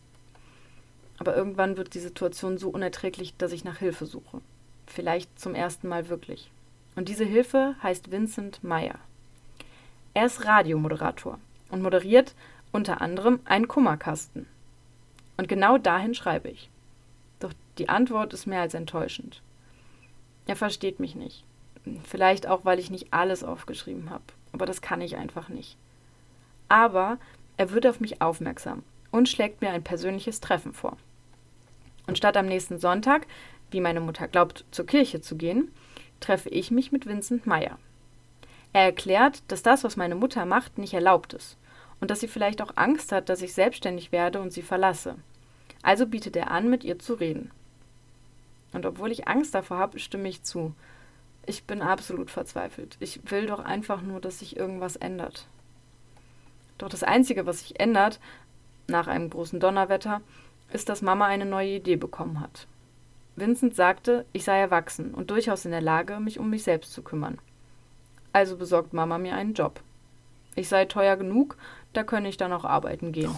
Aber irgendwann wird die Situation so unerträglich, dass ich nach Hilfe suche. Vielleicht zum ersten Mal wirklich. Und diese Hilfe heißt Vincent Meyer. Er ist Radiomoderator und moderiert unter anderem einen Kummerkasten. Und genau dahin schreibe ich. Doch die Antwort ist mehr als enttäuschend. Er versteht mich nicht. Vielleicht auch, weil ich nicht alles aufgeschrieben habe. Aber das kann ich einfach nicht. Aber er wird auf mich aufmerksam und schlägt mir ein persönliches Treffen vor. Und statt am nächsten Sonntag, wie meine Mutter glaubt, zur Kirche zu gehen, treffe ich mich mit Vincent Meyer. Er erklärt, dass das, was meine Mutter macht, nicht erlaubt ist und dass sie vielleicht auch Angst hat, dass ich selbstständig werde und sie verlasse. Also bietet er an, mit ihr zu reden. Und obwohl ich Angst davor habe, stimme ich zu. Ich bin absolut verzweifelt. Ich will doch einfach nur, dass sich irgendwas ändert. Doch das Einzige, was sich ändert, nach einem großen Donnerwetter, ist, dass Mama eine neue Idee bekommen hat. Vincent sagte, ich sei erwachsen und durchaus in der Lage, mich um mich selbst zu kümmern. Also besorgt Mama mir einen Job. Ich sei teuer genug, da könne ich dann auch arbeiten gehen.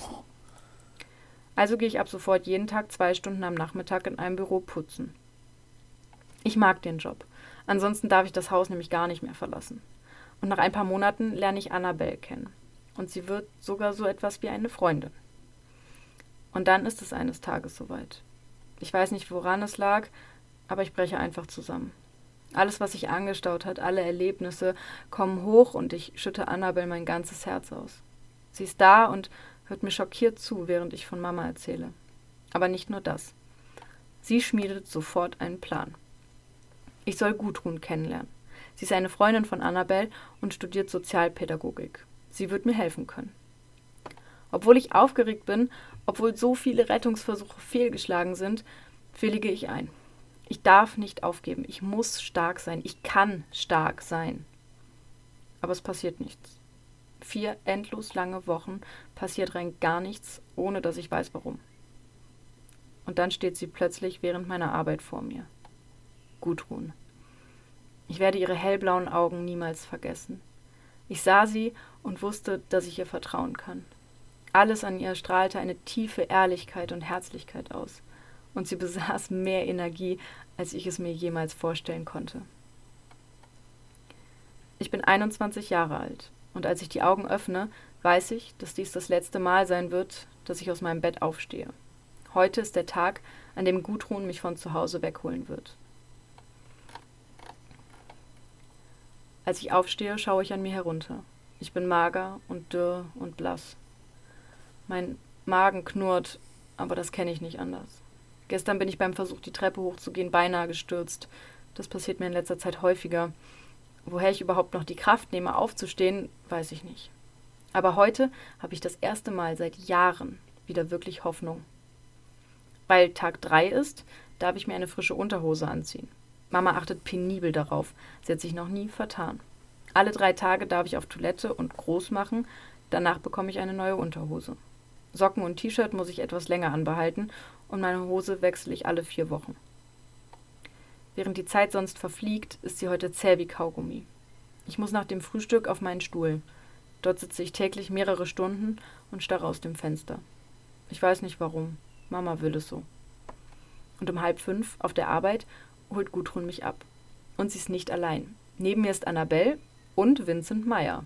Also gehe ich ab sofort jeden Tag zwei Stunden am Nachmittag in einem Büro putzen. Ich mag den Job. Ansonsten darf ich das Haus nämlich gar nicht mehr verlassen. Und nach ein paar Monaten lerne ich Annabelle kennen. Und sie wird sogar so etwas wie eine Freundin. Und dann ist es eines Tages soweit. Ich weiß nicht, woran es lag, aber ich breche einfach zusammen. Alles, was sich angestaut hat, alle Erlebnisse kommen hoch und ich schütte Annabelle mein ganzes Herz aus. Sie ist da und hört mir schockiert zu, während ich von Mama erzähle. Aber nicht nur das. Sie schmiedet sofort einen Plan. Ich soll Gudrun kennenlernen. Sie ist eine Freundin von Annabelle und studiert Sozialpädagogik. Sie wird mir helfen können. Obwohl ich aufgeregt bin, obwohl so viele Rettungsversuche fehlgeschlagen sind, willige ich ein. Ich darf nicht aufgeben. Ich muss stark sein. Ich kann stark sein. Aber es passiert nichts. Vier endlos lange Wochen passiert rein gar nichts, ohne dass ich weiß, warum. Und dann steht sie plötzlich während meiner Arbeit vor mir. Gudrun. Ich werde ihre hellblauen Augen niemals vergessen. Ich sah sie und wusste, dass ich ihr vertrauen kann. Alles an ihr strahlte eine tiefe Ehrlichkeit und Herzlichkeit aus. Und sie besaß mehr Energie, als ich es mir jemals vorstellen konnte. Ich bin einundzwanzig Jahre alt und als ich die Augen öffne, weiß ich, dass dies das letzte Mal sein wird, dass ich aus meinem Bett aufstehe. Heute ist der Tag, an dem Gudrun mich von zu Hause wegholen wird. Als ich aufstehe, schaue ich an mir herunter. Ich bin mager und dürr und blass. Mein Magen knurrt, aber das kenne ich nicht anders. Gestern bin ich beim Versuch, die Treppe hochzugehen, beinahe gestürzt. Das passiert mir in letzter Zeit häufiger. Woher ich überhaupt noch die Kraft nehme, aufzustehen, weiß ich nicht. Aber heute habe ich das erste Mal seit Jahren wieder wirklich Hoffnung. Weil Tag drei ist, darf ich mir eine frische Unterhose anziehen. Mama achtet penibel darauf. Sie hat sich noch nie vertan. Alle drei Tage darf ich auf Toilette und groß machen. Danach bekomme ich eine neue Unterhose. Socken und T-Shirt muss ich etwas länger anbehalten und meine Hose wechsle ich alle vier Wochen. Während die Zeit sonst verfliegt, ist sie heute zäh wie Kaugummi. Ich muss nach dem Frühstück auf meinen Stuhl. Dort sitze ich täglich mehrere Stunden und starre aus dem Fenster. Ich weiß nicht warum. Mama will es so. Und um halb fünf auf der Arbeit holt Gudrun mich ab. Und sie ist nicht allein. Neben mir ist Annabelle und Vincent Meyer.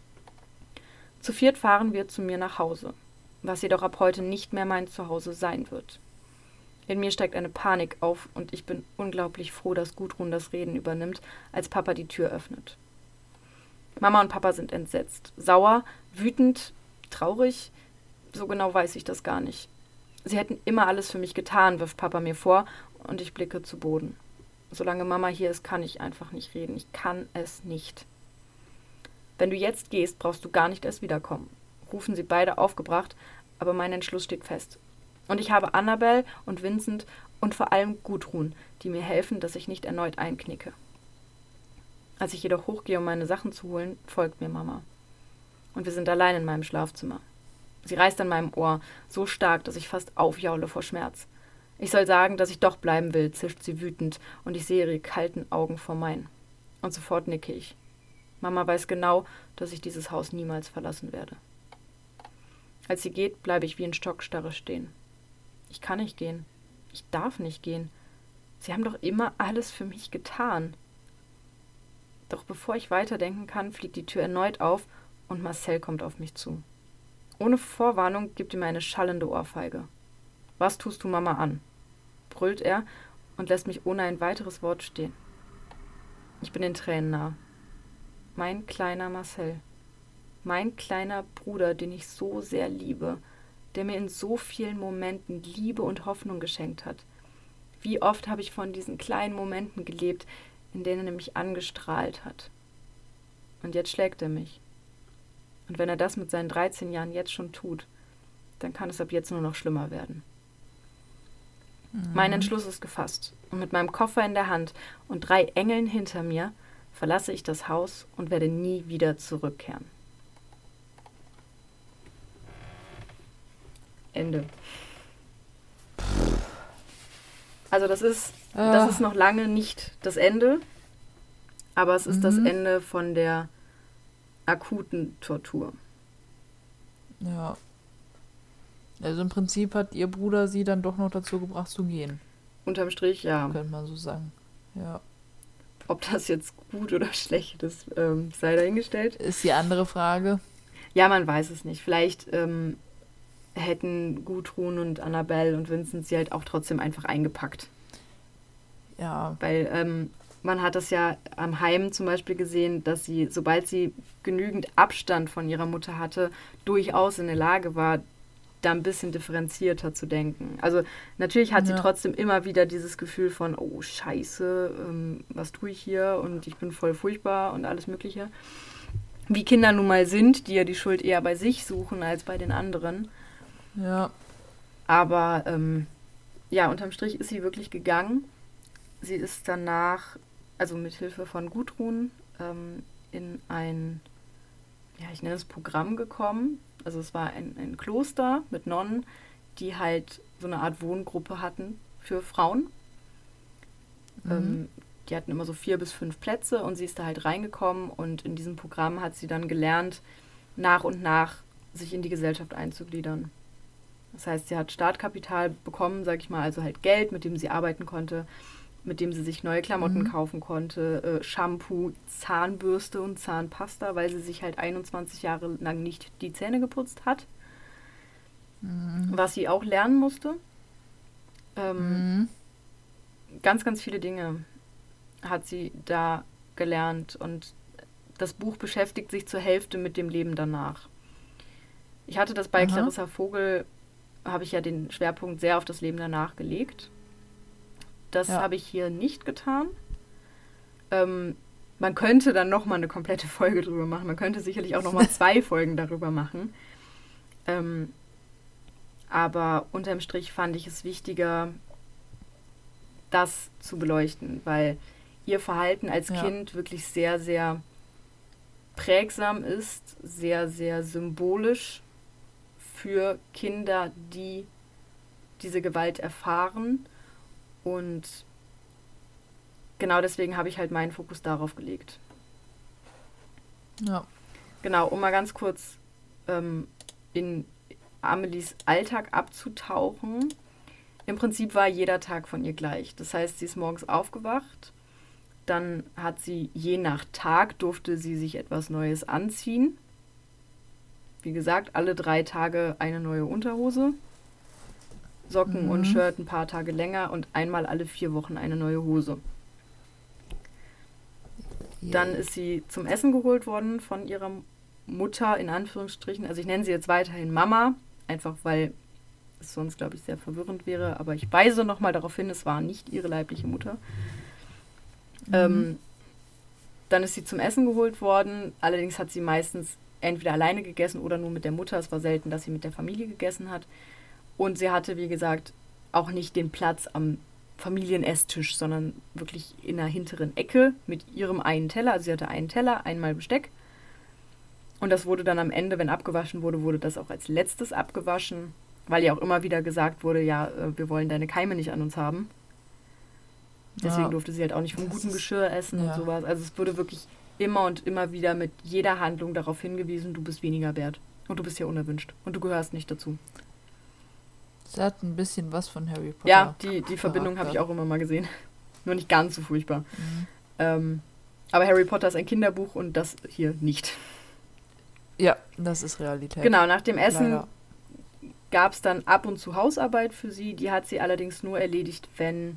Zu viert fahren wir zu mir nach Hause, was jedoch ab heute nicht mehr mein Zuhause sein wird. In mir steigt eine Panik auf und ich bin unglaublich froh, dass Gudrun das Reden übernimmt, als Papa die Tür öffnet. Mama und Papa sind entsetzt, sauer, wütend, traurig, so genau weiß ich das gar nicht. Sie hätten immer alles für mich getan, wirft Papa mir vor und ich blicke zu Boden. Solange Mama hier ist, kann ich einfach nicht reden. Ich kann es nicht. Wenn du jetzt gehst, brauchst du gar nicht erst wiederkommen, rufen sie beide aufgebracht, aber mein Entschluss steht fest. Und ich habe Annabelle und Vincent und vor allem Gudrun, die mir helfen, dass ich nicht erneut einknicke. Als ich jedoch hochgehe, um meine Sachen zu holen, folgt mir Mama. Und wir sind allein in meinem Schlafzimmer. Sie reißt an meinem Ohr, so stark, dass ich fast aufjaule vor Schmerz. Ich soll sagen, dass ich doch bleiben will, zischt sie wütend, und ich sehe ihre kalten Augen vor meinen. Und sofort nicke ich. Mama weiß genau, dass ich dieses Haus niemals verlassen werde. Als sie geht, bleibe ich wie in Stockstarre stehen. Ich kann nicht gehen. Ich darf nicht gehen. Sie haben doch immer alles für mich getan. Doch bevor ich weiterdenken kann, fliegt die Tür erneut auf und Marcel kommt auf mich zu. Ohne Vorwarnung gibt er mir eine schallende Ohrfeige. »Was tust du Mama an?« brüllt er und lässt mich ohne ein weiteres Wort stehen. Ich bin den Tränen nah. Mein kleiner Marcel. Mein kleiner Bruder, den ich so sehr liebe, der mir in so vielen Momenten Liebe und Hoffnung geschenkt hat. Wie oft habe ich von diesen kleinen Momenten gelebt, in denen er mich angestrahlt hat. Und jetzt schlägt er mich. Und wenn er das mit seinen dreizehn Jahren jetzt schon tut, dann kann es ab jetzt nur noch schlimmer werden. Mhm. Mein Entschluss ist gefasst. Und mit meinem Koffer in der Hand und drei Engeln hinter mir verlasse ich das Haus und werde nie wieder zurückkehren. Ende. Also das ist, ah. das ist noch lange nicht das Ende, aber es ist mhm. das Ende von der akuten Tortur. Ja. Also im Prinzip hat ihr Bruder sie dann doch noch dazu gebracht zu gehen. Unterm Strich, ja. Könnte man so sagen. Ja. Ob das jetzt gut oder schlecht ist, ähm, sei dahingestellt. Ist die andere Frage. Ja, man weiß es nicht. Vielleicht ähm, hätten Gudrun und Annabelle und Vincent sie halt auch trotzdem einfach eingepackt. Ja. Weil ähm, man hat das ja am Heim zum Beispiel gesehen, dass sie, sobald sie genügend Abstand von ihrer Mutter hatte, durchaus in der Lage war, da ein bisschen differenzierter zu denken. Also natürlich hat Ja. sie trotzdem immer wieder dieses Gefühl von, oh scheiße, ähm, was tue ich hier und ich bin voll furchtbar und alles Mögliche. Wie Kinder nun mal sind, die ja die Schuld eher bei sich suchen als bei den anderen. Ja. Aber ähm, ja, unterm Strich ist sie wirklich gegangen. Sie ist danach, also mit Hilfe von Gudrun, ähm, in ein, ja, ich nenne es Programm gekommen. Also es war ein, ein Kloster mit Nonnen, die halt so eine Art Wohngruppe hatten für Frauen. Mhm. Ähm, die hatten immer so vier bis fünf Plätze und sie ist da halt reingekommen und in diesem Programm hat sie dann gelernt, nach und nach sich in die Gesellschaft einzugliedern. Das heißt, sie hat Startkapital bekommen, sag ich mal, also halt Geld, mit dem sie arbeiten konnte, mit dem sie sich neue Klamotten Mhm. kaufen konnte, äh, Shampoo, Zahnbürste und Zahnpasta, weil sie sich halt einundzwanzig Jahre lang nicht die Zähne geputzt hat, Mhm. was sie auch lernen musste. Ähm, Mhm. ganz, ganz viele Dinge hat sie da gelernt und das Buch beschäftigt sich zur Hälfte mit dem Leben danach. Ich hatte das bei Aha. Clarissa Vogel, habe ich ja den Schwerpunkt sehr auf das Leben danach gelegt. Das Ja. habe ich hier nicht getan. Ähm, man könnte dann nochmal eine komplette Folge drüber machen. Man könnte sicherlich auch nochmal zwei Folgen darüber machen. Ähm, aber unterm Strich fand ich es wichtiger, das zu beleuchten, weil ihr Verhalten als Ja. Kind wirklich sehr, sehr prägsam ist, sehr, sehr symbolisch für Kinder, die diese Gewalt erfahren. Und genau deswegen habe ich halt meinen Fokus darauf gelegt. Ja. Genau, um mal ganz kurz ähm, in Amelies Alltag abzutauchen. Im Prinzip war jeder Tag von ihr gleich. Das heißt, sie ist morgens aufgewacht, dann hat sie je nach Tag durfte sie sich etwas Neues anziehen. Wie gesagt, alle drei Tage eine neue Unterhose, Socken Mhm. und Shirt ein paar Tage länger und einmal alle vier Wochen eine neue Hose. Dann Yay. ist sie zum Essen geholt worden von ihrer Mutter, in Anführungsstrichen. Also ich nenne sie jetzt weiterhin Mama, einfach weil es sonst, glaube ich, sehr verwirrend wäre. Aber ich weise nochmal darauf hin, es war nicht ihre leibliche Mutter. Mhm. Ähm, dann ist sie zum Essen geholt worden. Allerdings hat sie meistens entweder alleine gegessen oder nur mit der Mutter. Es war selten, dass sie mit der Familie gegessen hat. Und sie hatte, wie gesagt, auch nicht den Platz am Familienesstisch, sondern wirklich in der hinteren Ecke mit ihrem einen Teller. Also sie hatte einen Teller, einmal Besteck. Und das wurde dann am Ende, wenn abgewaschen wurde, wurde das auch als letztes abgewaschen, weil ihr auch immer wieder gesagt wurde, ja, äh, wir wollen deine Keime nicht an uns haben. Deswegen Ja. durfte sie halt auch nicht vom Das guten ist- Geschirr essen ja. und sowas. Also es wurde wirklich immer und immer wieder mit jeder Handlung darauf hingewiesen, du bist weniger wert. Und du bist hier unerwünscht. Und du gehörst nicht dazu. Sie hat ein bisschen was von Harry Potter. Ja, die, die Verbindung habe ich Charakter. auch immer mal gesehen. Nur nicht ganz so furchtbar. Mhm. Ähm, aber Harry Potter ist ein Kinderbuch und das hier nicht. Ja, das ist Realität. Genau, nach dem Essen Leider. gab es dann ab und zu Hausarbeit für sie. Die hat sie allerdings nur erledigt, wenn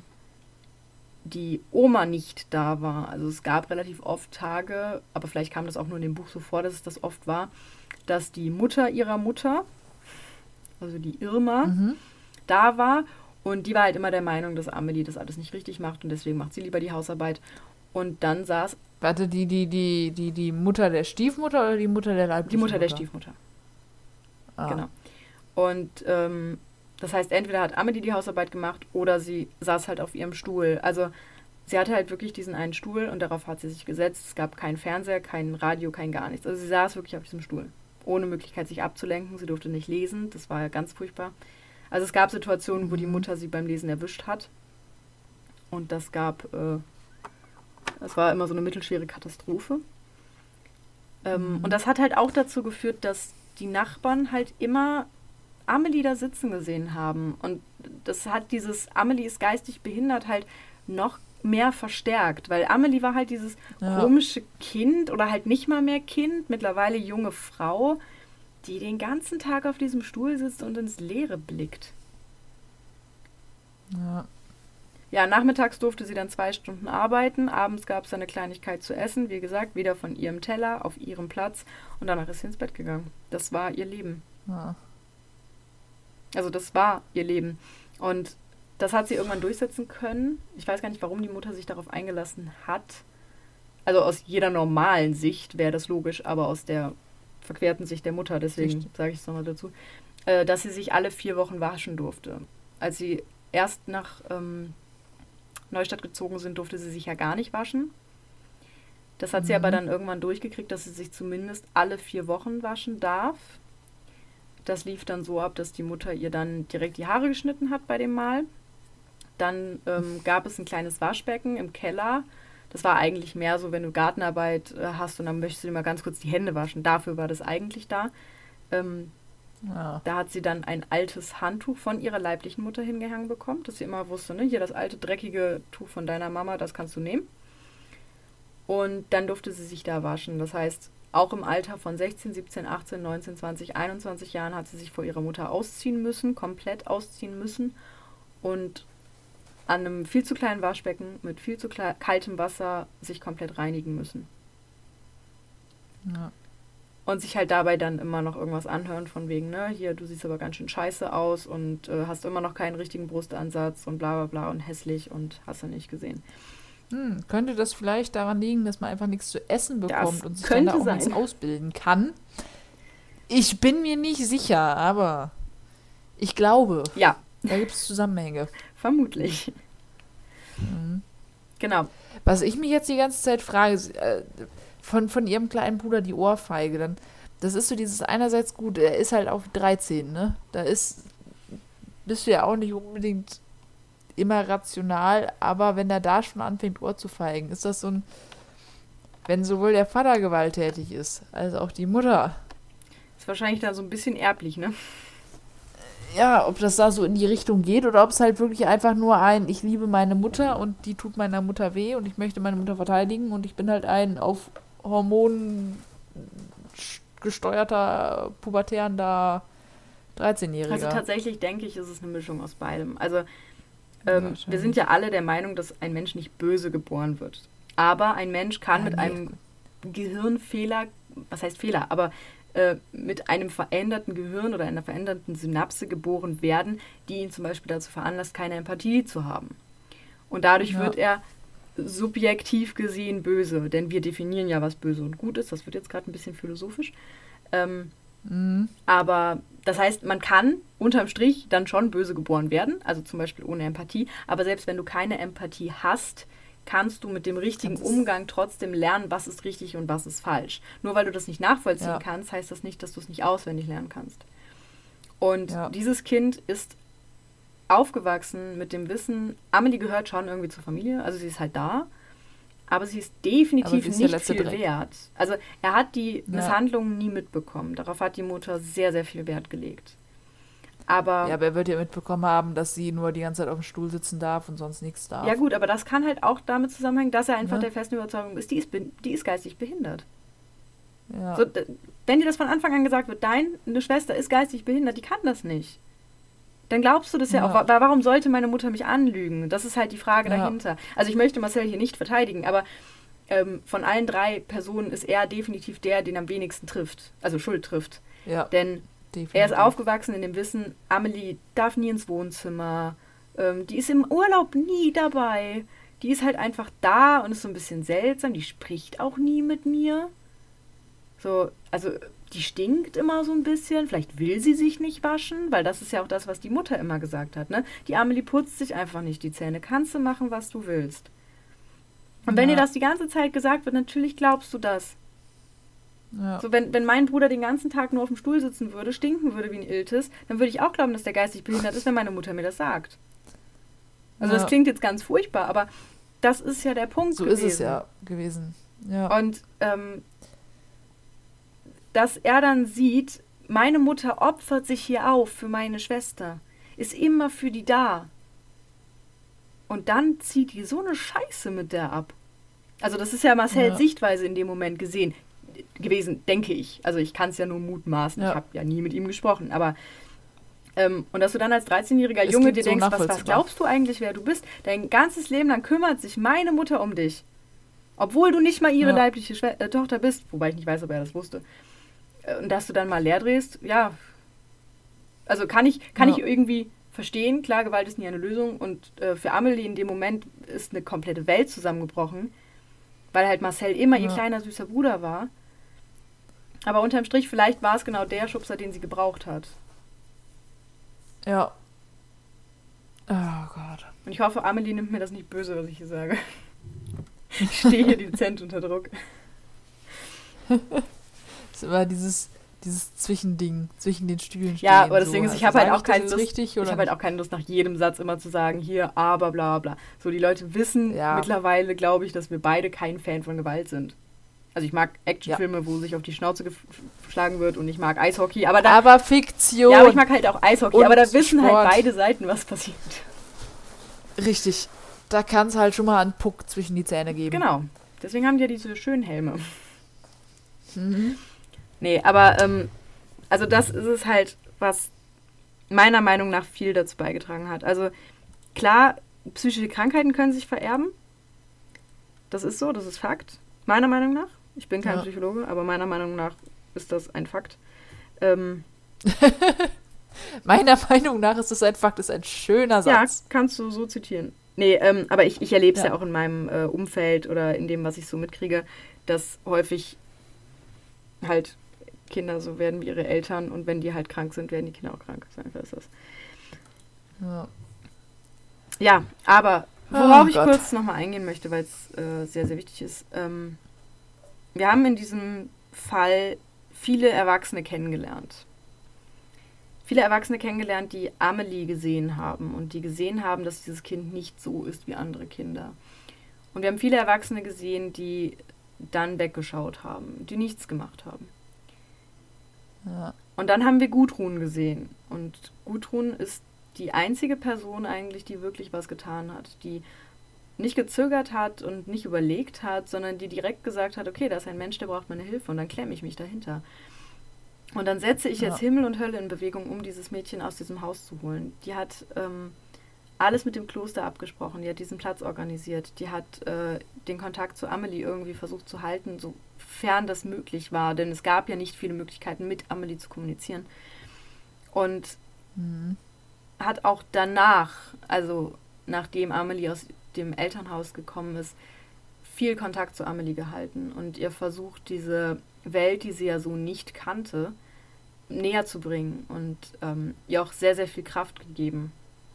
die Oma nicht da war. Also es gab relativ oft Tage, aber vielleicht kam das auch nur in dem Buch so vor, dass es das oft war, dass die Mutter ihrer Mutter, also die Irma, Mhm. da war. Und die war halt immer der Meinung, dass Amelie das alles nicht richtig macht und deswegen macht sie lieber die Hausarbeit. Und dann saß Warte, die, die, die, die, die Mutter der Stiefmutter oder die Mutter der leiblichen die Mutter der Mutter? Stiefmutter. Ah. Genau. Und ähm, das heißt, entweder hat Amelie die Hausarbeit gemacht oder sie saß halt auf ihrem Stuhl. Also sie hatte halt wirklich diesen einen Stuhl und darauf hat sie sich gesetzt. Es gab keinen Fernseher, kein Radio, kein gar nichts. Also sie saß wirklich auf diesem Stuhl. Ohne Möglichkeit, sich abzulenken. Sie durfte nicht lesen. Das war ja ganz furchtbar. Also es gab Situationen, wo die Mhm. Mutter sie beim Lesen erwischt hat. Und das gab, äh, das war immer so eine mittelschwere Katastrophe. Ähm, Mhm. Und das hat halt auch dazu geführt, dass die Nachbarn halt immer Amelie da sitzen gesehen haben. Und das hat dieses Amelie ist geistig behindert halt noch mehr verstärkt, weil Amelie war halt dieses Ja. komische Kind oder halt nicht mal mehr Kind, mittlerweile junge Frau, die den ganzen Tag auf diesem Stuhl sitzt und ins Leere blickt. Ja. Ja, nachmittags durfte sie dann zwei Stunden arbeiten, abends gab es eine Kleinigkeit zu essen, wie gesagt, wieder von ihrem Teller auf ihrem Platz und danach ist sie ins Bett gegangen. Das war ihr Leben. Ja. Also das war ihr Leben. Und das hat sie irgendwann durchsetzen können. Ich weiß gar nicht, warum die Mutter sich darauf eingelassen hat. Also aus jeder normalen Sicht wäre das logisch, aber aus der verquerten Sicht der Mutter, deswegen sage ich es nochmal dazu, äh, dass sie sich alle vier Wochen waschen durfte. Als sie erst nach ähm, Neustadt gezogen sind, durfte sie sich ja gar nicht waschen. Das hat mhm. sie aber dann irgendwann durchgekriegt, dass sie sich zumindest alle vier Wochen waschen darf. Das lief dann so ab, dass die Mutter ihr dann direkt die Haare geschnitten hat bei dem Mal. Dann ähm, gab es ein kleines Waschbecken im Keller. Das war eigentlich mehr so, wenn du Gartenarbeit äh, hast und dann möchtest du dir mal ganz kurz die Hände waschen. Dafür war das eigentlich da. Ähm, ja. Da hat sie dann ein altes Handtuch von ihrer leiblichen Mutter hingehangen bekommen, dass sie immer wusste, ne, hier das alte, dreckige Tuch von deiner Mama, das kannst du nehmen. Und dann durfte sie sich da waschen. Das heißt, auch im Alter von sechzehn, siebzehn, achtzehn, neunzehn, zwanzig, einundzwanzig Jahren hat sie sich vor ihrer Mutter ausziehen müssen, komplett ausziehen müssen und an einem viel zu kleinen Waschbecken mit viel zu kle- kaltem Wasser sich komplett reinigen müssen. Ja. Und sich halt dabei dann immer noch irgendwas anhören von wegen, ne, hier, du siehst aber ganz schön scheiße aus und äh, hast immer noch keinen richtigen Brustansatz und bla bla bla und hässlich und hast du nicht gesehen. Hm, könnte das vielleicht daran liegen, dass man einfach nichts zu essen bekommt das und sich dann da auch sein. nichts ausbilden kann? Ich bin mir nicht sicher, aber ich glaube, ja. Da gibt es Zusammenhänge. Vermutlich. Mhm. Genau. Was ich mich jetzt die ganze Zeit frage, äh, von, von ihrem kleinen Bruder die Ohrfeige, dann, das ist so dieses einerseits gut, er ist halt auf dreizehn, ne? Da ist, bist du ja auch nicht unbedingt immer rational, aber wenn er da schon anfängt, Ohr zu feigen, ist das so ein, wenn sowohl der Vater gewalttätig ist, als auch die Mutter. Ist wahrscheinlich dann so ein bisschen erblich, ne? Ja, ob das da so in die Richtung geht oder ob es halt wirklich einfach nur ein, ich liebe meine Mutter und die tut meiner Mutter weh und ich möchte meine Mutter verteidigen und ich bin halt ein auf Hormonen gesteuerter, pubertärender dreizehnjähriger. Also tatsächlich denke ich, ist es eine Mischung aus beidem. Also ähm, wir sind ja alle der Meinung, dass ein Mensch nicht böse geboren wird. Aber ein Mensch kann ja, mit nee. einem Gehirnfehler, was heißt Fehler, aber äh, mit einem veränderten Gehirn oder einer veränderten Synapse geboren werden, die ihn zum Beispiel dazu veranlasst, keine Empathie zu haben. Und dadurch ja. wird er subjektiv gesehen böse, denn wir definieren ja, was böse und gut ist. Das wird jetzt gerade ein bisschen philosophisch. Ähm, mhm. Aber das heißt, man kann unterm Strich dann schon böse geboren werden, also zum Beispiel ohne Empathie. Aber selbst wenn du keine Empathie hast, kannst du mit dem richtigen Umgang trotzdem lernen, was ist richtig und was ist falsch. Nur weil du das nicht nachvollziehen ja. kannst, heißt das nicht, dass du es nicht auswendig lernen kannst. Und ja. dieses Kind ist aufgewachsen mit dem Wissen, Amelie gehört schon irgendwie zur Familie, also sie ist halt da, aber sie ist definitiv ist nicht viel Dreck. wert. Also er hat die ja. Misshandlungen nie mitbekommen. Darauf hat die Mutter sehr, sehr viel Wert gelegt. Aber, ja, aber er wird ja mitbekommen haben, dass sie nur die ganze Zeit auf dem Stuhl sitzen darf und sonst nichts darf. Ja gut, aber das kann halt auch damit zusammenhängen, dass er einfach ja. der festen Überzeugung ist, die ist, die ist geistig behindert. Ja. So, wenn dir das von Anfang an gesagt wird, deine Schwester ist geistig behindert, die kann das nicht. Dann glaubst du das ja, ja auch. Warum sollte meine Mutter mich anlügen? Das ist halt die Frage ja. dahinter. Also ich möchte Marcel hier nicht verteidigen, aber ähm, von allen drei Personen ist er definitiv der, den am wenigsten trifft. Also Schuld trifft. Ja. Denn Definitiv. Er ist aufgewachsen in dem Wissen, Amelie darf nie ins Wohnzimmer, ähm, die ist im Urlaub nie dabei, die ist halt einfach da und ist so ein bisschen seltsam, die spricht auch nie mit mir. So, also die stinkt immer so ein bisschen, vielleicht will sie sich nicht waschen, weil das ist ja auch das, was die Mutter immer gesagt hat, ne? Die Amelie putzt sich einfach nicht die Zähne, kannst du machen, was du willst. Und wenn ja. dir das die ganze Zeit gesagt wird, natürlich glaubst du das. Ja. So, wenn, wenn mein Bruder den ganzen Tag nur auf dem Stuhl sitzen würde, stinken würde wie ein Iltis, dann würde ich auch glauben, dass der geistig behindert ist, wenn meine Mutter mir das sagt. Also ja. das klingt jetzt ganz furchtbar, aber das ist ja der Punkt so gewesen. So ist es ja gewesen. Ja. Und ähm, dass er dann sieht, meine Mutter opfert sich hier auf für meine Schwester, ist immer für die da. Und dann zieht die so eine Scheiße mit der ab. Also das ist ja Marcells ja. Sichtweise in dem Moment gesehen. gewesen, denke ich. Also ich kann es ja nur mutmaßen. Ja. Ich habe ja nie mit ihm gesprochen. Aber ähm, und dass du dann als dreizehnjähriger Junge dir so denkst, was, was glaubst du eigentlich, wer du bist? Dein ganzes Leben lang kümmert sich meine Mutter um dich. Obwohl du nicht mal ihre ja. leibliche Schwe- äh, Tochter bist. Wobei ich nicht weiß, ob er das wusste. Äh, und dass du dann mal leer drehst, ja, Also kann ich, kann Ja. ich irgendwie verstehen, klar, Gewalt ist nie eine Lösung und äh, für Amelie in dem Moment ist eine komplette Welt zusammengebrochen, weil halt Marcel immer ihr Ja. kleiner, süßer Bruder war. Aber unterm Strich, vielleicht war es genau der Schubser, den sie gebraucht hat. Ja. Oh Gott. Und ich hoffe, Amelie nimmt mir das nicht böse, was ich hier sage. Ich stehe hier dezent unter Druck. Es war dieses, dieses Zwischending, zwischen den Stühlen stehen. Ja, aber das so. Ding ist, ich Also habe halt sag auch keine das Lust. jetzt richtig, Ich oder habe halt nicht? auch keine Lust, nach jedem Satz immer zu sagen, hier, aber bla bla. So, die Leute wissen Ja. mittlerweile, glaube ich, dass wir beide kein Fan von Gewalt sind. Also ich mag Actionfilme, wo sich auf die Schnauze gef- geschlagen wird und ich mag Eishockey, aber da. Aber Fiktion. Ja, aber ich mag halt auch Eishockey, Und aber da wissen Sport. halt beide Seiten, was passiert. Richtig. Da kann es halt schon mal einen Puck zwischen die Zähne geben. Genau. Deswegen haben die ja diese schönen Helme. Mhm. Nee, aber ähm, also das ist es halt, was meiner Meinung nach viel dazu beigetragen hat. Also klar, psychische Krankheiten können sich vererben. Das ist so, das ist Fakt. Meiner Meinung nach. Ich bin kein Ja. Psychologe, aber meiner Meinung nach ist das ein Fakt. Ähm, Meiner Meinung nach ist das ein Fakt, ist ein schöner ja, Satz. kannst du so zitieren. Nee, ähm, aber ich, ich erlebe es ja. Ja. auch in meinem äh, Umfeld oder in dem, was ich so mitkriege, dass häufig halt Kinder so werden wie ihre Eltern und wenn die halt krank sind, werden die Kinder auch krank. So einfach ist das. Ja. Ja, aber worauf Oh ich Gott. kurz nochmal eingehen möchte, weil es äh, sehr, sehr wichtig ist. Ähm, wir haben in diesem Fall viele Erwachsene kennengelernt. Viele Erwachsene kennengelernt, die Amelie gesehen haben und die gesehen haben, dass dieses Kind nicht so ist wie andere Kinder. Und wir haben viele Erwachsene gesehen, die dann weggeschaut haben, die nichts gemacht haben. Ja. Und dann haben wir Gudrun gesehen. Und Gudrun ist die einzige Person eigentlich, die wirklich was getan hat, die nicht gezögert hat und nicht überlegt hat, sondern die direkt gesagt hat, okay, da ist ein Mensch, der braucht meine Hilfe und dann klemme ich mich dahinter. Und dann setze ich jetzt Ja. Himmel und Hölle in Bewegung, um dieses Mädchen aus diesem Haus zu holen. Die hat ähm, alles mit dem Kloster abgesprochen, die hat diesen Platz organisiert, die hat äh, den Kontakt zu Amelie irgendwie versucht zu halten, sofern das möglich war, denn es gab ja nicht viele Möglichkeiten, mit Amelie zu kommunizieren. Und Mhm. hat auch danach, also nachdem Amelie aus dem Elternhaus gekommen ist, viel Kontakt zu Amelie gehalten und ihr versucht, diese Welt, die sie ja so nicht kannte, näher zu bringen und ähm, ihr auch sehr, sehr viel Kraft gegeben.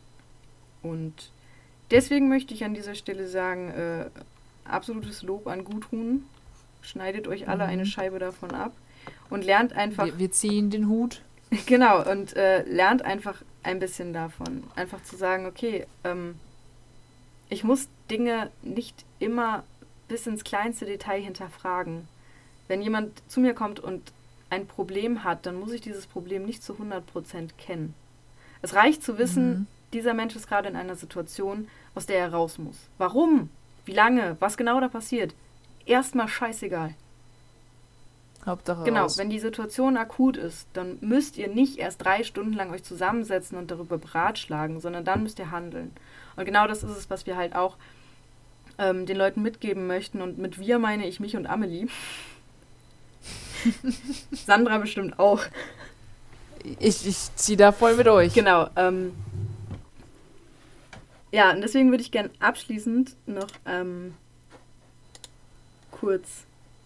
Und deswegen möchte ich an dieser Stelle sagen, äh, absolutes Lob an Gudrun. Schneidet euch alle Mhm. eine Scheibe davon ab und lernt einfach, Wir, wir ziehen den Hut. genau, und äh, lernt einfach ein bisschen davon. Einfach zu sagen, okay, ähm, ich muss Dinge nicht immer bis ins kleinste Detail hinterfragen. Wenn jemand zu mir kommt und ein Problem hat, dann muss ich dieses Problem nicht zu hundert Prozent kennen. Es reicht zu wissen, Mhm. dieser Mensch ist gerade in einer Situation, aus der er raus muss. Warum? Wie lange? Was genau da passiert? Erstmal scheißegal. Hauptsache Genau, raus. wenn die Situation akut ist, dann müsst ihr nicht erst drei Stunden lang euch zusammensetzen und darüber beratschlagen, sondern dann müsst ihr handeln. Und genau das ist es, was wir halt auch ähm, den Leuten mitgeben möchten. Und mit wir meine ich mich und Amelie. Sandra bestimmt auch. Ich, ich ziehe da voll mit euch. Genau. Ähm, ja, und deswegen würde ich gern abschließend noch ähm, kurz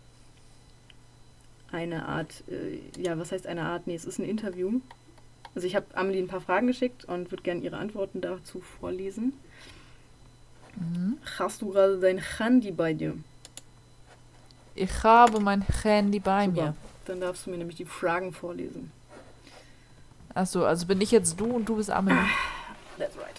eine Art, äh, ja, was heißt eine Art? Nee, es ist ein Interview. Also ich habe Amelie ein paar Fragen geschickt und würde gerne ihre Antworten dazu vorlesen. Mhm. Hast du gerade dein Handy bei dir? Ich habe mein Handy bei Super. mir. Dann darfst du mir nämlich die Fragen vorlesen. Achso, also bin ich jetzt du und du bist Amelie. That's right.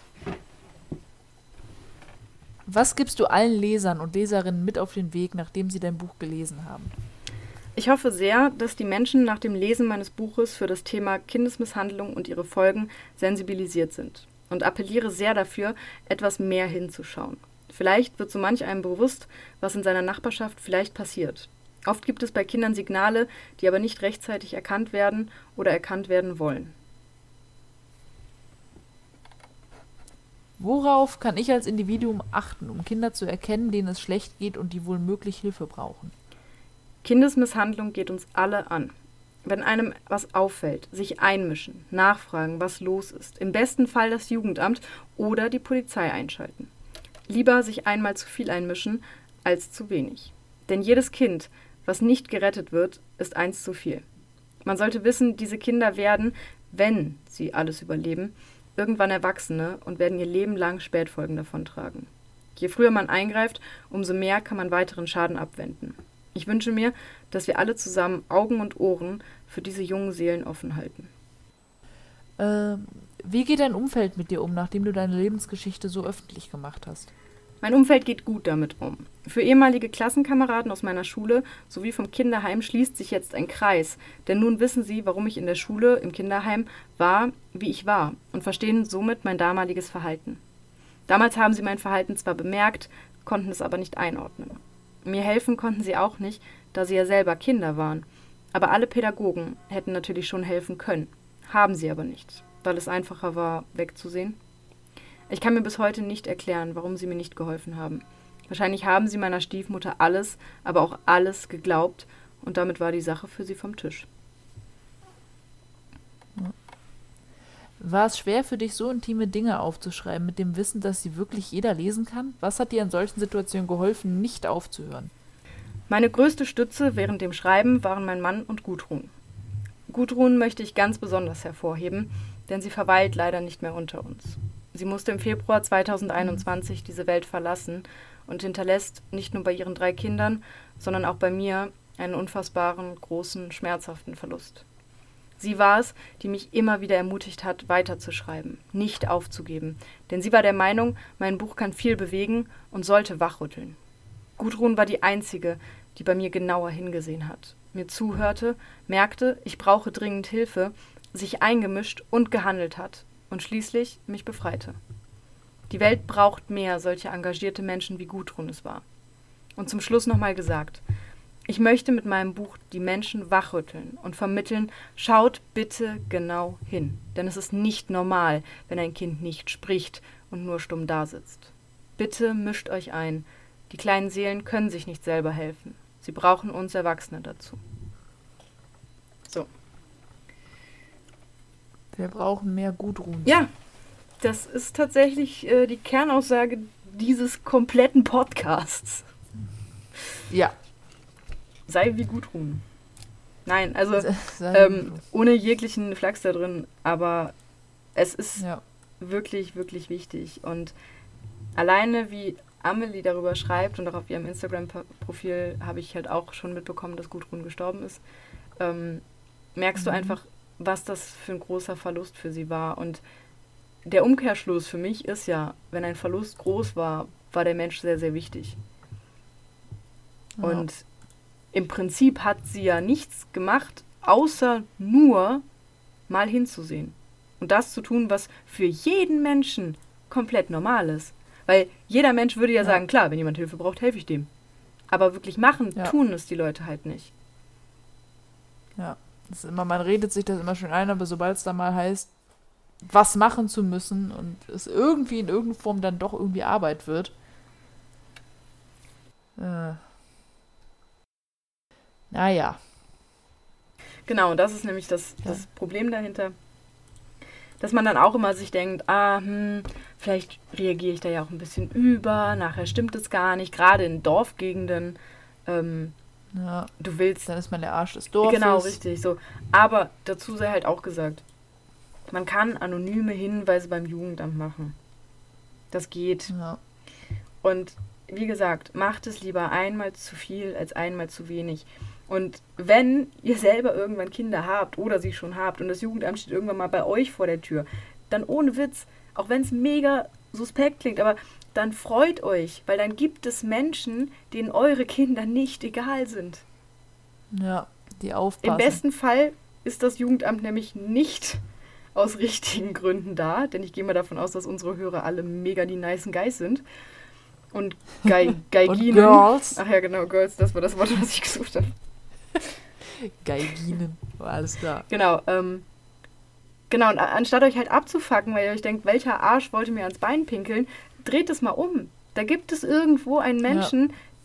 Was gibst du allen Lesern und Leserinnen mit auf den Weg, nachdem sie dein Buch gelesen haben? Ich hoffe sehr, dass die Menschen nach dem Lesen meines Buches für das Thema Kindesmisshandlung und ihre Folgen sensibilisiert sind und appelliere sehr dafür, etwas mehr hinzuschauen. Vielleicht wird so manch einem bewusst, was in seiner Nachbarschaft vielleicht passiert. Oft gibt es bei Kindern Signale, die aber nicht rechtzeitig erkannt werden oder erkannt werden wollen. Worauf kann ich als Individuum achten, um Kinder zu erkennen, denen es schlecht geht und die wohl möglich Hilfe brauchen? Kindesmisshandlung geht uns alle an. Wenn einem was auffällt, sich einmischen, nachfragen, was los ist. Im besten Fall das Jugendamt oder die Polizei einschalten. Lieber sich einmal zu viel einmischen, als zu wenig. Denn jedes Kind, was nicht gerettet wird, ist eins zu viel. Man sollte wissen, diese Kinder werden, wenn sie alles überleben, irgendwann Erwachsene und werden ihr Leben lang Spätfolgen davontragen. Je früher man eingreift, umso mehr kann man weiteren Schaden abwenden. Ich wünsche mir, dass wir alle zusammen Augen und Ohren für diese jungen Seelen offen halten. Ähm, wie geht dein Umfeld mit dir um, nachdem du deine Lebensgeschichte so öffentlich gemacht hast? Mein Umfeld geht gut damit um. Für ehemalige Klassenkameraden aus meiner Schule sowie vom Kinderheim schließt sich jetzt ein Kreis, denn nun wissen sie, warum ich in der Schule, im Kinderheim war, wie ich war und verstehen somit mein damaliges Verhalten. Damals haben sie mein Verhalten zwar bemerkt, konnten es aber nicht einordnen. Mir helfen konnten sie auch nicht, da sie ja selber Kinder waren. Aber alle Pädagogen hätten natürlich schon helfen können. Haben sie aber nicht, weil es einfacher war, wegzusehen. Ich kann mir bis heute nicht erklären, warum sie mir nicht geholfen haben. Wahrscheinlich haben sie meiner Stiefmutter alles, aber auch alles geglaubt und damit war die Sache für sie vom Tisch. War es schwer für dich, so intime Dinge aufzuschreiben, mit dem Wissen, dass sie wirklich jeder lesen kann? Was hat dir in solchen Situationen geholfen, nicht aufzuhören? Meine größte Stütze während dem Schreiben waren mein Mann und Gudrun. Gudrun möchte ich ganz besonders hervorheben, denn sie verweilt leider nicht mehr unter uns. Sie musste im Februar zweitausendeinundzwanzig diese Welt verlassen und hinterlässt nicht nur bei ihren drei Kindern, sondern auch bei mir einen unfassbaren, großen, schmerzhaften Verlust. Sie war es, die mich immer wieder ermutigt hat, weiterzuschreiben, nicht aufzugeben, denn sie war der Meinung, mein Buch kann viel bewegen und sollte wachrütteln. Gudrun war die Einzige, die bei mir genauer hingesehen hat, mir zuhörte, merkte, ich brauche dringend Hilfe, sich eingemischt und gehandelt hat und schließlich mich befreite. Die Welt braucht mehr solche engagierte Menschen, wie Gudrun es war. Und zum Schluss nochmal gesagt, ich möchte mit meinem Buch die Menschen wachrütteln und vermitteln, schaut bitte genau hin, denn es ist nicht normal, wenn ein Kind nicht spricht und nur stumm dasitzt. Bitte mischt euch ein, die kleinen Seelen können sich nicht selber helfen, sie brauchen uns Erwachsene dazu. So. Wir brauchen mehr Gudrun. Ja, das ist tatsächlich äh, die Kernaussage dieses kompletten Podcasts. Ja. Sei wie Gudrun. Nein, also ähm, ohne jeglichen Flachs da drin, aber es ist ja. wirklich, wirklich wichtig. Und alleine wie Amelie darüber schreibt und auch auf ihrem Instagram-Profil habe ich halt auch schon mitbekommen, dass Gudrun gestorben ist, ähm, merkst mhm. du einfach, was das für ein großer Verlust für sie war. Und der Umkehrschluss für mich ist ja, wenn ein Verlust groß war, war der Mensch sehr, sehr wichtig. Ja. Und im Prinzip hat sie ja nichts gemacht, außer nur mal hinzusehen. Und das zu tun, was für jeden Menschen komplett normal ist. Weil jeder Mensch würde ja, ja. sagen, klar, wenn jemand Hilfe braucht, helfe ich dem. Aber wirklich machen, ja. tun es die Leute halt nicht. Ja, das ist immer, man redet sich das immer schön ein, aber sobald es dann mal heißt, was machen zu müssen und es irgendwie in irgendeiner Form dann doch irgendwie Arbeit wird, äh, naja. Genau, das ist nämlich das, ja. das Problem dahinter. Dass man dann auch immer sich denkt, ah, hm, vielleicht reagiere ich da ja auch ein bisschen über, nachher stimmt es gar nicht, gerade in Dorfgegenden. Ähm, ja, du willst... Dann ist man der Arsch des Dorfes. Genau, richtig. So. Aber dazu sei halt auch gesagt, man kann anonyme Hinweise beim Jugendamt machen. Das geht. Ja. Und wie gesagt, macht es lieber einmal zu viel als einmal zu wenig. Und wenn ihr selber irgendwann Kinder habt oder sie schon habt und das Jugendamt steht irgendwann mal bei euch vor der Tür, dann ohne Witz, auch wenn es mega suspekt klingt, aber dann freut euch, weil dann gibt es Menschen, denen eure Kinder nicht egal sind. Ja, die aufpassen. Im besten Fall ist das Jugendamt nämlich nicht aus richtigen Gründen da, denn ich gehe mal davon aus, dass unsere Hörer alle mega die nicen Guys sind. Und Ge- Geiginen. Und Girls. Ach ja, genau, Girls, das war das Wort, was ich gesucht habe. Geiginen, war alles klar. Genau, ähm, genau, und anstatt euch halt abzufacken, weil ihr euch denkt, welcher Arsch wollte mir ans Bein pinkeln, dreht es mal um. Da gibt es irgendwo einen Menschen, ja.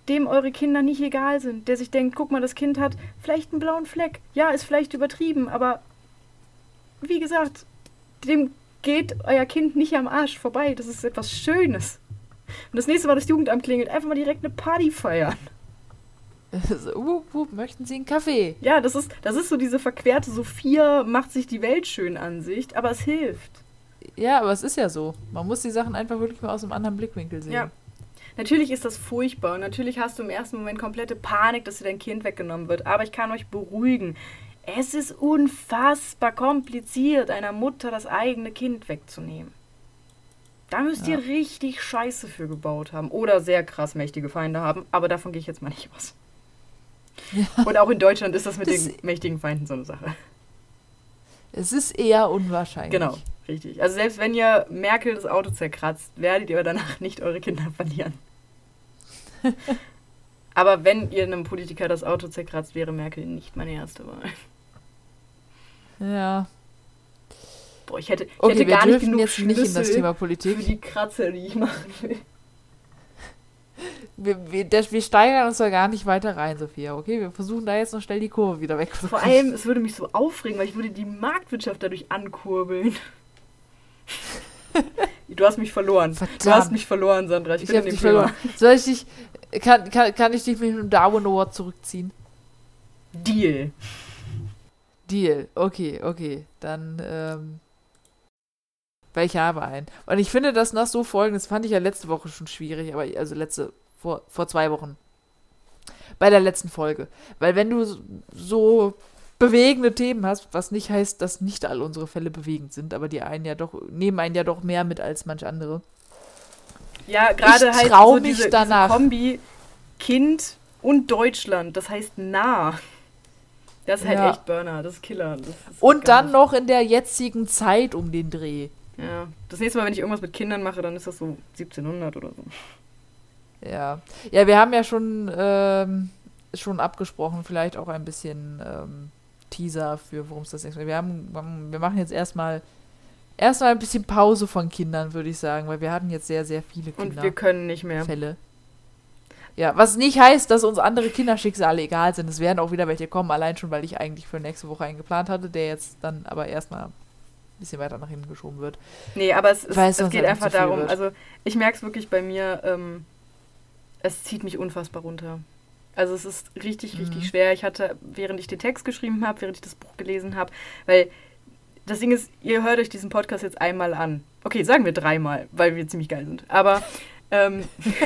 dem eure Kinder nicht egal sind, der sich denkt, guck mal, das Kind hat vielleicht einen blauen Fleck. Ja, ist vielleicht übertrieben, aber wie gesagt, dem geht euer Kind nicht am Arsch vorbei. Das ist etwas Schönes. Und das nächste Mal, das Jugendamt klingelt, einfach mal direkt eine Party feiern. So, wup, wup, möchten Sie einen Kaffee? Ja, das ist, das ist so diese verquerte Sophia macht sich die Welt schön Ansicht, aber es hilft. Ja, aber es ist ja so. Man muss die Sachen einfach wirklich mal aus einem anderen Blickwinkel sehen. Ja. Natürlich ist das furchtbar und natürlich hast du im ersten Moment komplette Panik, dass dir dein Kind weggenommen wird. Aber ich kann euch beruhigen. Es ist unfassbar kompliziert, einer Mutter das eigene Kind wegzunehmen. Da müsst Ja. ihr richtig Scheiße für gebaut haben. Oder sehr krass mächtige Feinde haben. Aber davon gehe ich jetzt mal nicht aus. Ja. Und auch in Deutschland ist das mit Das- den mächtigen Feinden so eine Sache. Es ist eher unwahrscheinlich. Genau, richtig. Also selbst wenn ihr Merkel das Auto zerkratzt, werdet ihr danach nicht eure Kinder verlieren. Aber wenn ihr einem Politiker das Auto zerkratzt, wäre Merkel nicht meine erste Wahl. Ja. Boah, ich hätte, ich Okay, hätte wir gar nicht dürfen genug jetzt nicht in das Schlüssel Thema für Politik. die Kratzer, die ich machen will. Wir, wir, das, wir steigern uns da gar nicht weiter rein, Sophia, okay? Wir versuchen da jetzt noch schnell die Kurve wieder weg. Vor allem, es würde mich so aufregen, weil ich würde die Marktwirtschaft dadurch ankurbeln. Du hast mich verloren. Verdammt. Du hast mich verloren, Sandra. Ich, Ich bin hab in dem dich Thema. verloren. Soll ich dich, kann, kann, kann ich dich mit dem Darwin Award zurückziehen? Deal. Deal. Okay, okay. Dann, ähm, weil ich habe einen. Und ich finde das nach so Folgen, das fand ich ja letzte Woche schon schwierig, aber also letzte, vor, vor zwei Wochen. Bei der letzten Folge. Weil wenn du so- so bewegende Themen hast, was nicht heißt, dass nicht all unsere Fälle bewegend sind, aber die einen ja doch, nehmen einen ja doch mehr mit als manch andere. Ja, gerade Ich halt trau so mich diese, danach. diese Kombi Kind und Deutschland. Das heißt nah. Das ist halt Ja. echt Burner. Das ist Killer. Das ist Und gar dann nicht- noch in der jetzigen Zeit um den Dreh. Ja. Das nächste Mal, wenn ich irgendwas mit Kindern mache, dann ist das so siebzehnhundert oder so. Ja. Ja, wir haben ja schon, ähm, schon abgesprochen, vielleicht auch ein bisschen ähm, Teaser für, worum es das nächste Mal. Wir haben, wir machen jetzt erstmal erstmal ein bisschen Pause von Kindern, würde ich sagen, weil wir hatten jetzt sehr, sehr viele Und Kinder. wir können nicht mehr. Fälle. Ja, was nicht heißt, dass uns andere Kinderschicksale egal sind. Es werden auch wieder welche kommen, allein schon, weil ich eigentlich für nächste Woche einen geplant hatte, der jetzt dann aber erstmal ein bisschen weiter nach hinten geschoben wird. Nee, aber es, es, Weiß, es dass geht er einfach zu viel darum, wird. also ich merke es wirklich bei mir, ähm, es zieht mich unfassbar runter. Also es ist richtig, richtig Mhm. schwer. Ich hatte, während ich den Text geschrieben habe, während ich das Buch gelesen habe, weil das Ding ist, ihr hört euch diesen Podcast jetzt einmal an. Okay, sagen wir dreimal, weil wir ziemlich geil sind. Aber ähm,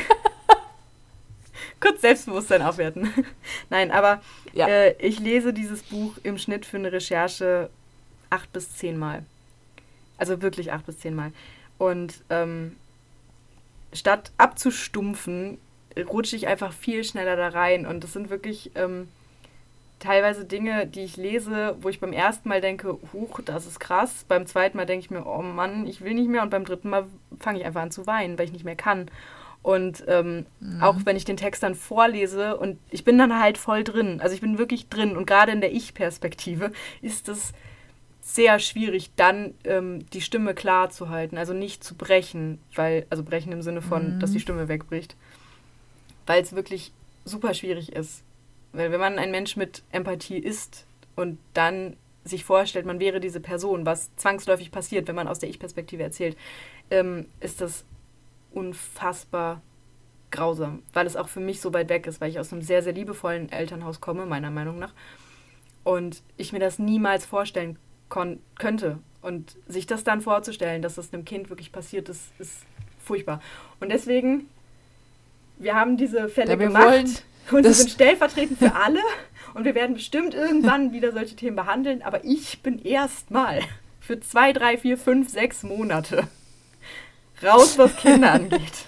kurz Selbstbewusstsein aufwerten. Nein, aber Ja. äh, ich lese dieses Buch im Schnitt für eine Recherche acht bis zehn Mal. Also wirklich acht bis zehn Mal. Und ähm, statt abzustumpfen, rutsche ich einfach viel schneller da rein. Und das sind wirklich ähm, teilweise Dinge, die ich lese, wo ich beim ersten Mal denke, huch, das ist krass. Beim zweiten Mal denke ich mir, oh Mann, ich will nicht mehr. Und beim dritten Mal fange ich einfach an zu weinen, weil ich nicht mehr kann. Und ähm, Mhm. auch wenn ich den Text dann vorlese und ich bin dann halt voll drin. Also ich bin wirklich drin. Und gerade in der Ich-Perspektive ist es sehr schwierig, dann ähm, die Stimme klar zu halten, also nicht zu brechen, weil, also brechen im Sinne von, Mhm. dass die Stimme wegbricht, weil es wirklich super schwierig ist. Weil wenn man ein Mensch mit Empathie ist und dann sich vorstellt, man wäre diese Person, was zwangsläufig passiert, wenn man aus der Ich-Perspektive erzählt, ähm, ist das unfassbar grausam, weil es auch für mich so weit weg ist, weil ich aus einem sehr, sehr liebevollen Elternhaus komme, meiner Meinung nach, und ich mir das niemals vorstellen kon- könnte. Und sich das dann vorzustellen, dass das einem Kind wirklich passiert ist, ist furchtbar. Und deswegen, wir haben diese Fälle Ja, wir gemacht wollen und sie das- sind stellvertretend für alle und wir werden bestimmt irgendwann wieder solche Themen behandeln, aber ich bin erstmal für zwei, drei, vier, fünf, sechs Monate raus, was Kinder angeht,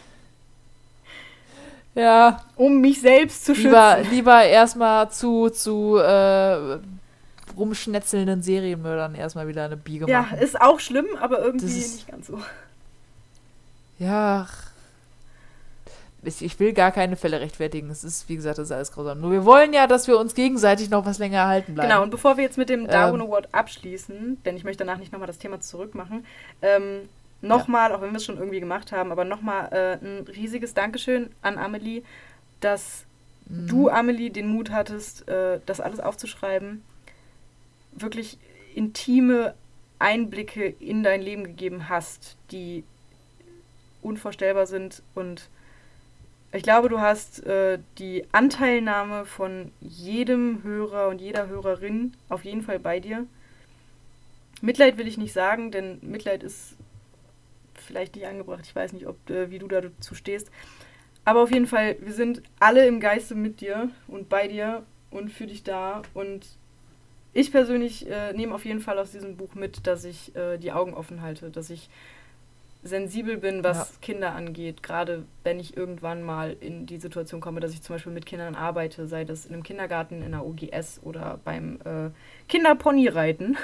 Ja, um mich selbst zu lieber, schützen. lieber erstmal zu, zu äh, rumschnetzelnden Serienmördern erstmal wieder eine Biege Ja, machen. ist auch schlimm, aber irgendwie Das ist- nicht ganz so. Ja, ach. ich, ich will gar keine Fälle rechtfertigen. Es ist, wie gesagt, das ist alles grausam. Nur wir wollen ja, dass wir uns gegenseitig noch was länger erhalten bleiben. Genau, und bevor wir jetzt mit dem Darwin Ähm. Award abschließen, denn ich möchte danach nicht nochmal das Thema zurückmachen, ähm, nochmal, auch wenn wir es schon irgendwie gemacht haben, aber nochmal äh, ein riesiges Dankeschön an Amelie, dass Mhm. du, Amelie, den Mut hattest, äh, das alles aufzuschreiben, wirklich intime Einblicke in dein Leben gegeben hast, die unvorstellbar sind. Und ich glaube, du hast äh, die Anteilnahme von jedem Hörer und jeder Hörerin auf jeden Fall bei dir. Mitleid will ich nicht sagen, denn Mitleid ist vielleicht nicht angebracht. Ich weiß nicht, ob äh, wie du dazu stehst. Aber auf jeden Fall, wir sind alle im Geiste mit dir und bei dir und für dich da. Und ich persönlich äh, nehme auf jeden Fall aus diesem Buch mit, dass ich äh, die Augen offen halte, dass ich sensibel bin, was ja. Kinder angeht. Gerade wenn ich irgendwann mal in die Situation komme, dass ich zum Beispiel mit Kindern arbeite, sei das in einem Kindergarten, in einer O G S oder beim äh, Kinderponyreiten.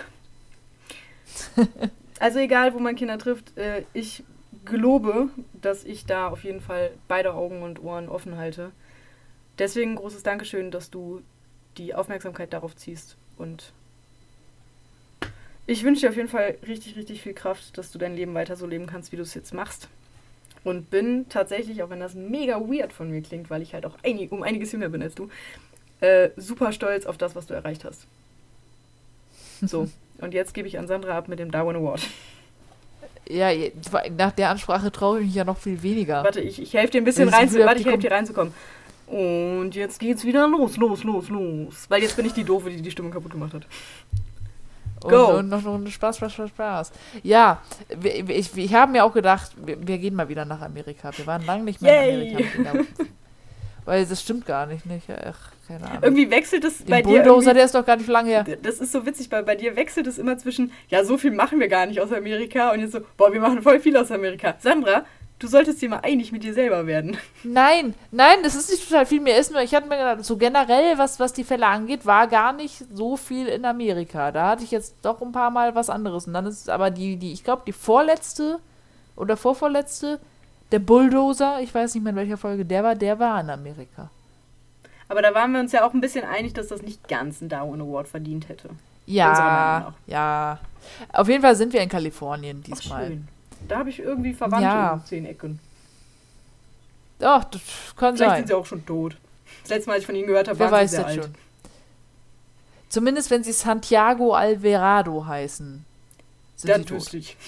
Also egal, wo man Kinder trifft, äh, ich gelobe, dass ich da auf jeden Fall beide Augen und Ohren offen halte. Deswegen ein großes Dankeschön, dass du die Aufmerksamkeit darauf ziehst. Und ich wünsche dir auf jeden Fall richtig, richtig viel Kraft, dass du dein Leben weiter so leben kannst, wie du es jetzt machst. Und bin tatsächlich, auch wenn das mega weird von mir klingt, weil ich halt auch einig, um einiges jünger bin als du, äh, super stolz auf das, was du erreicht hast. So, und jetzt gebe ich an Sandra ab mit dem Darwin Award. Ja, nach der Ansprache traue ich mich ja noch viel weniger. Warte, ich, ich helfe dir ein bisschen rein, zu, warte, ich helfe dir reinzukommen. Und jetzt geht's wieder los, los, los, los. Weil jetzt bin ich die Doofe, die die Stimmung kaputt gemacht hat. Go. Und, und noch, noch Spaß, Spaß, Spaß, Spaß. Ja, wir, ich, ich habe mir auch gedacht, wir, wir gehen mal wieder nach Amerika. Wir waren lange nicht mehr Yay. in Amerika. Weil das stimmt gar nicht, nicht? Ach, keine Ahnung. Irgendwie wechselt es bei dir. Bulldozer, der ist doch gar nicht lange her. Das ist so witzig, weil bei dir wechselt es immer zwischen, ja, so viel machen wir gar nicht aus Amerika und jetzt so, boah, wir machen voll viel aus Amerika. Sandra, du solltest dir mal einig mit dir selber werden. Nein, nein, das ist nicht total viel. Mir ist nur, ich hatte mir gedacht, so generell, was, was die Fälle angeht, war gar nicht so viel in Amerika. Da hatte ich jetzt doch ein paar Mal was anderes. Und dann ist aber die, die ich glaube, die vorletzte oder vorvorletzte, der Bulldozer, ich weiß nicht mehr in welcher Folge der war, der war in Amerika. Aber da waren wir uns ja auch ein bisschen einig, dass das nicht ganz einen Darwin Award verdient hätte. Ja, ja. Auf jeden Fall sind wir in Kalifornien diesmal. Ach, schön. Da habe ich irgendwie Verwandte ja. um zehn Ecken. Doch, das kann Vielleicht sein. Vielleicht sind sie auch schon tot. Das letzte Mal, als ich von ihnen gehört habe, Wer waren sie weiß sehr das alt. Schon. Zumindest wenn sie Santiago Alvarado heißen. Sind das sie tot. wüsste ich.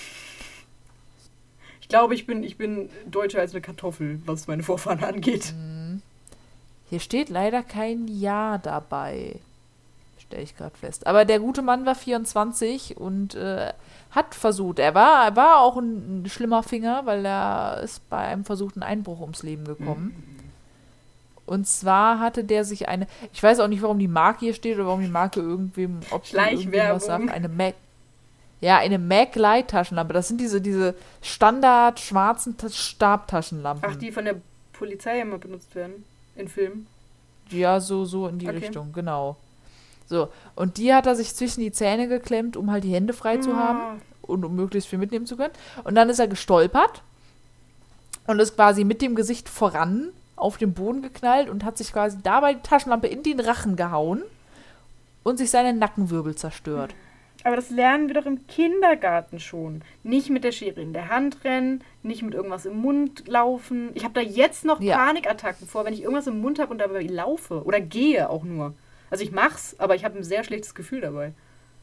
Ich glaube, ich bin, ich bin deutscher als eine Kartoffel, was meine Vorfahren angeht. Hier steht leider kein Jahr dabei. Stelle ich gerade fest. Aber der gute Mann war vierundzwanzig und äh, hat versucht. Er war, er war auch ein, ein schlimmer Finger, weil er ist bei einem versuchten Einbruch ums Leben gekommen. Mhm. Und zwar hatte der sich eine, ich weiß auch nicht, warum die Marke hier steht oder warum die Marke irgendwem, ob die irgendwas sagt, eine Mac. Ja, eine Mac-Light-Taschenlampe. Das sind diese, diese Standard schwarzen Stabtaschenlampen. Ach, die von der Polizei immer benutzt werden? In Filmen? Ja, so, so in die okay. Richtung, genau. So, und die hat er sich zwischen die Zähne geklemmt, um halt die Hände frei ah. zu haben und um möglichst viel mitnehmen zu können. Und dann ist er gestolpert und ist quasi mit dem Gesicht voran auf den Boden geknallt und hat sich quasi dabei die Taschenlampe in den Rachen gehauen und sich seine Nackenwirbel zerstört. Aber das lernen wir doch im Kindergarten schon. Nicht mit der Schere in der Hand rennen, nicht mit irgendwas im Mund laufen. Ich habe da jetzt noch ja. Panikattacken vor, wenn ich irgendwas im Mund habe und dabei laufe oder gehe auch nur. Also ich mach's, aber ich habe ein sehr schlechtes Gefühl dabei.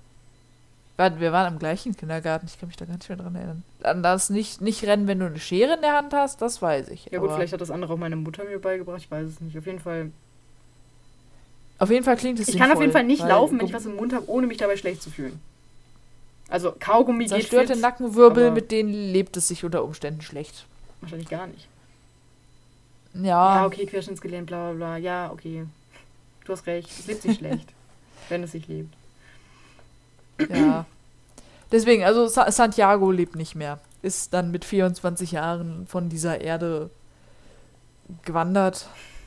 Wir waren im gleichen Kindergarten, ich kann mich da gar nicht mehr dran erinnern. An das nicht, nicht rennen, wenn du eine Schere in der Hand hast, das weiß ich. Ja gut, vielleicht hat das andere auch meine Mutter mir beigebracht, ich weiß es nicht. Auf jeden Fall... Auf jeden Fall klingt es Ich sinnvoll, kann auf jeden Fall nicht laufen, wenn ich was im Mund habe, ohne mich dabei schlecht zu fühlen. Also Kaugummi geht fit. Zerstörte Nackenwirbel, mit denen lebt es sich unter Umständen schlecht. Wahrscheinlich gar nicht. Ja. Ja, okay, querschnittsgelähmt, bla bla bla. Ja, okay. Du hast recht, es lebt sich schlecht, wenn es sich lebt. Ja. Deswegen, also Sa- Santiago lebt nicht mehr. Ist dann mit vierundzwanzig Jahren von dieser Erde gewandert.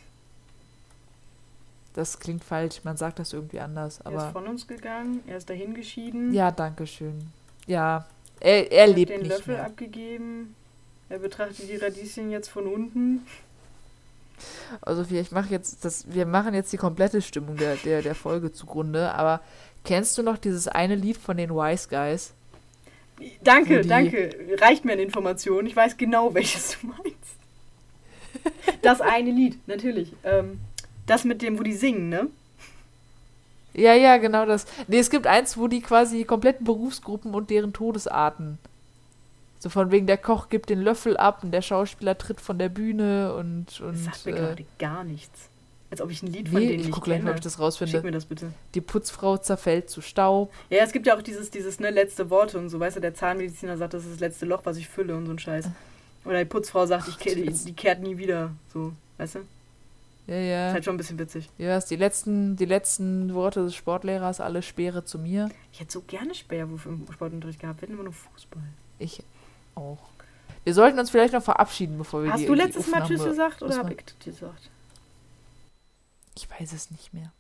Das klingt falsch, man sagt das irgendwie anders. Aber er ist von uns gegangen, er ist dahin geschieden. Ja, danke schön. Ja, er, er, er lebt nicht mehr. Er hat den Löffel abgegeben. Er betrachtet die Radieschen jetzt von unten. Also ich mache jetzt das, wir machen jetzt die komplette Stimmung der, der, der Folge zugrunde, aber kennst du noch dieses eine Lied von den Wise Guys? Danke, danke. Reicht mir an Informationen. Ich weiß genau, welches du meinst. Das eine Lied, natürlich. Ähm, Das mit dem, wo die singen, ne? Ja, ja, genau das. Nee, es gibt eins, wo die quasi die kompletten Berufsgruppen und deren Todesarten. So von wegen, der Koch gibt den Löffel ab und der Schauspieler tritt von der Bühne und. und Das sagt mir äh, gerade gar nichts. Als ob ich ein Lied von nee, denen ich nicht guck gleich kenne. mal, ob ich das rausfinde. Schick mir das bitte. Die Putzfrau zerfällt zu Staub. Ja, es gibt ja auch dieses, dieses ne, letzte Worte und so, weißt du, der Zahnmediziner sagt, das ist das letzte Loch, was ich fülle und so ein Scheiß. Oder die Putzfrau sagt, ich kehr, die, die kehrt nie wieder, so, weißt du? Ja, ja. Ist halt schon ein bisschen witzig. Ja, die letzten, die letzten Worte des Sportlehrers, alle Speere zu mir. Ich hätte so gerne Speerwurf im Sportunterricht gehabt, wir hätten immer nur Fußball. Ich auch. Wir sollten uns vielleicht noch verabschieden, bevor wir Hast die du die letztes Mal Aufnahme Tschüss gesagt oder ausmachen. habe ich das gesagt? Ich weiß es nicht mehr.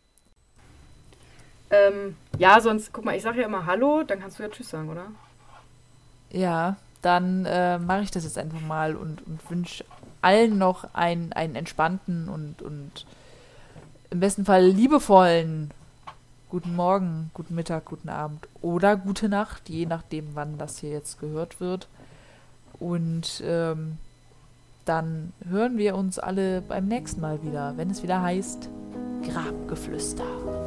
Ähm, ja, sonst, guck mal, ich sage ja immer Hallo, dann kannst du ja Tschüss sagen, oder? Ja, dann äh, mache ich das jetzt einfach mal und, und wünsche allen noch einen, einen entspannten und, und im besten Fall liebevollen guten Morgen, guten Mittag, guten Abend oder gute Nacht, je nachdem, wann das hier jetzt gehört wird. Und ähm, dann hören wir uns alle beim nächsten Mal wieder, wenn es wieder heißt Grabgeflüster.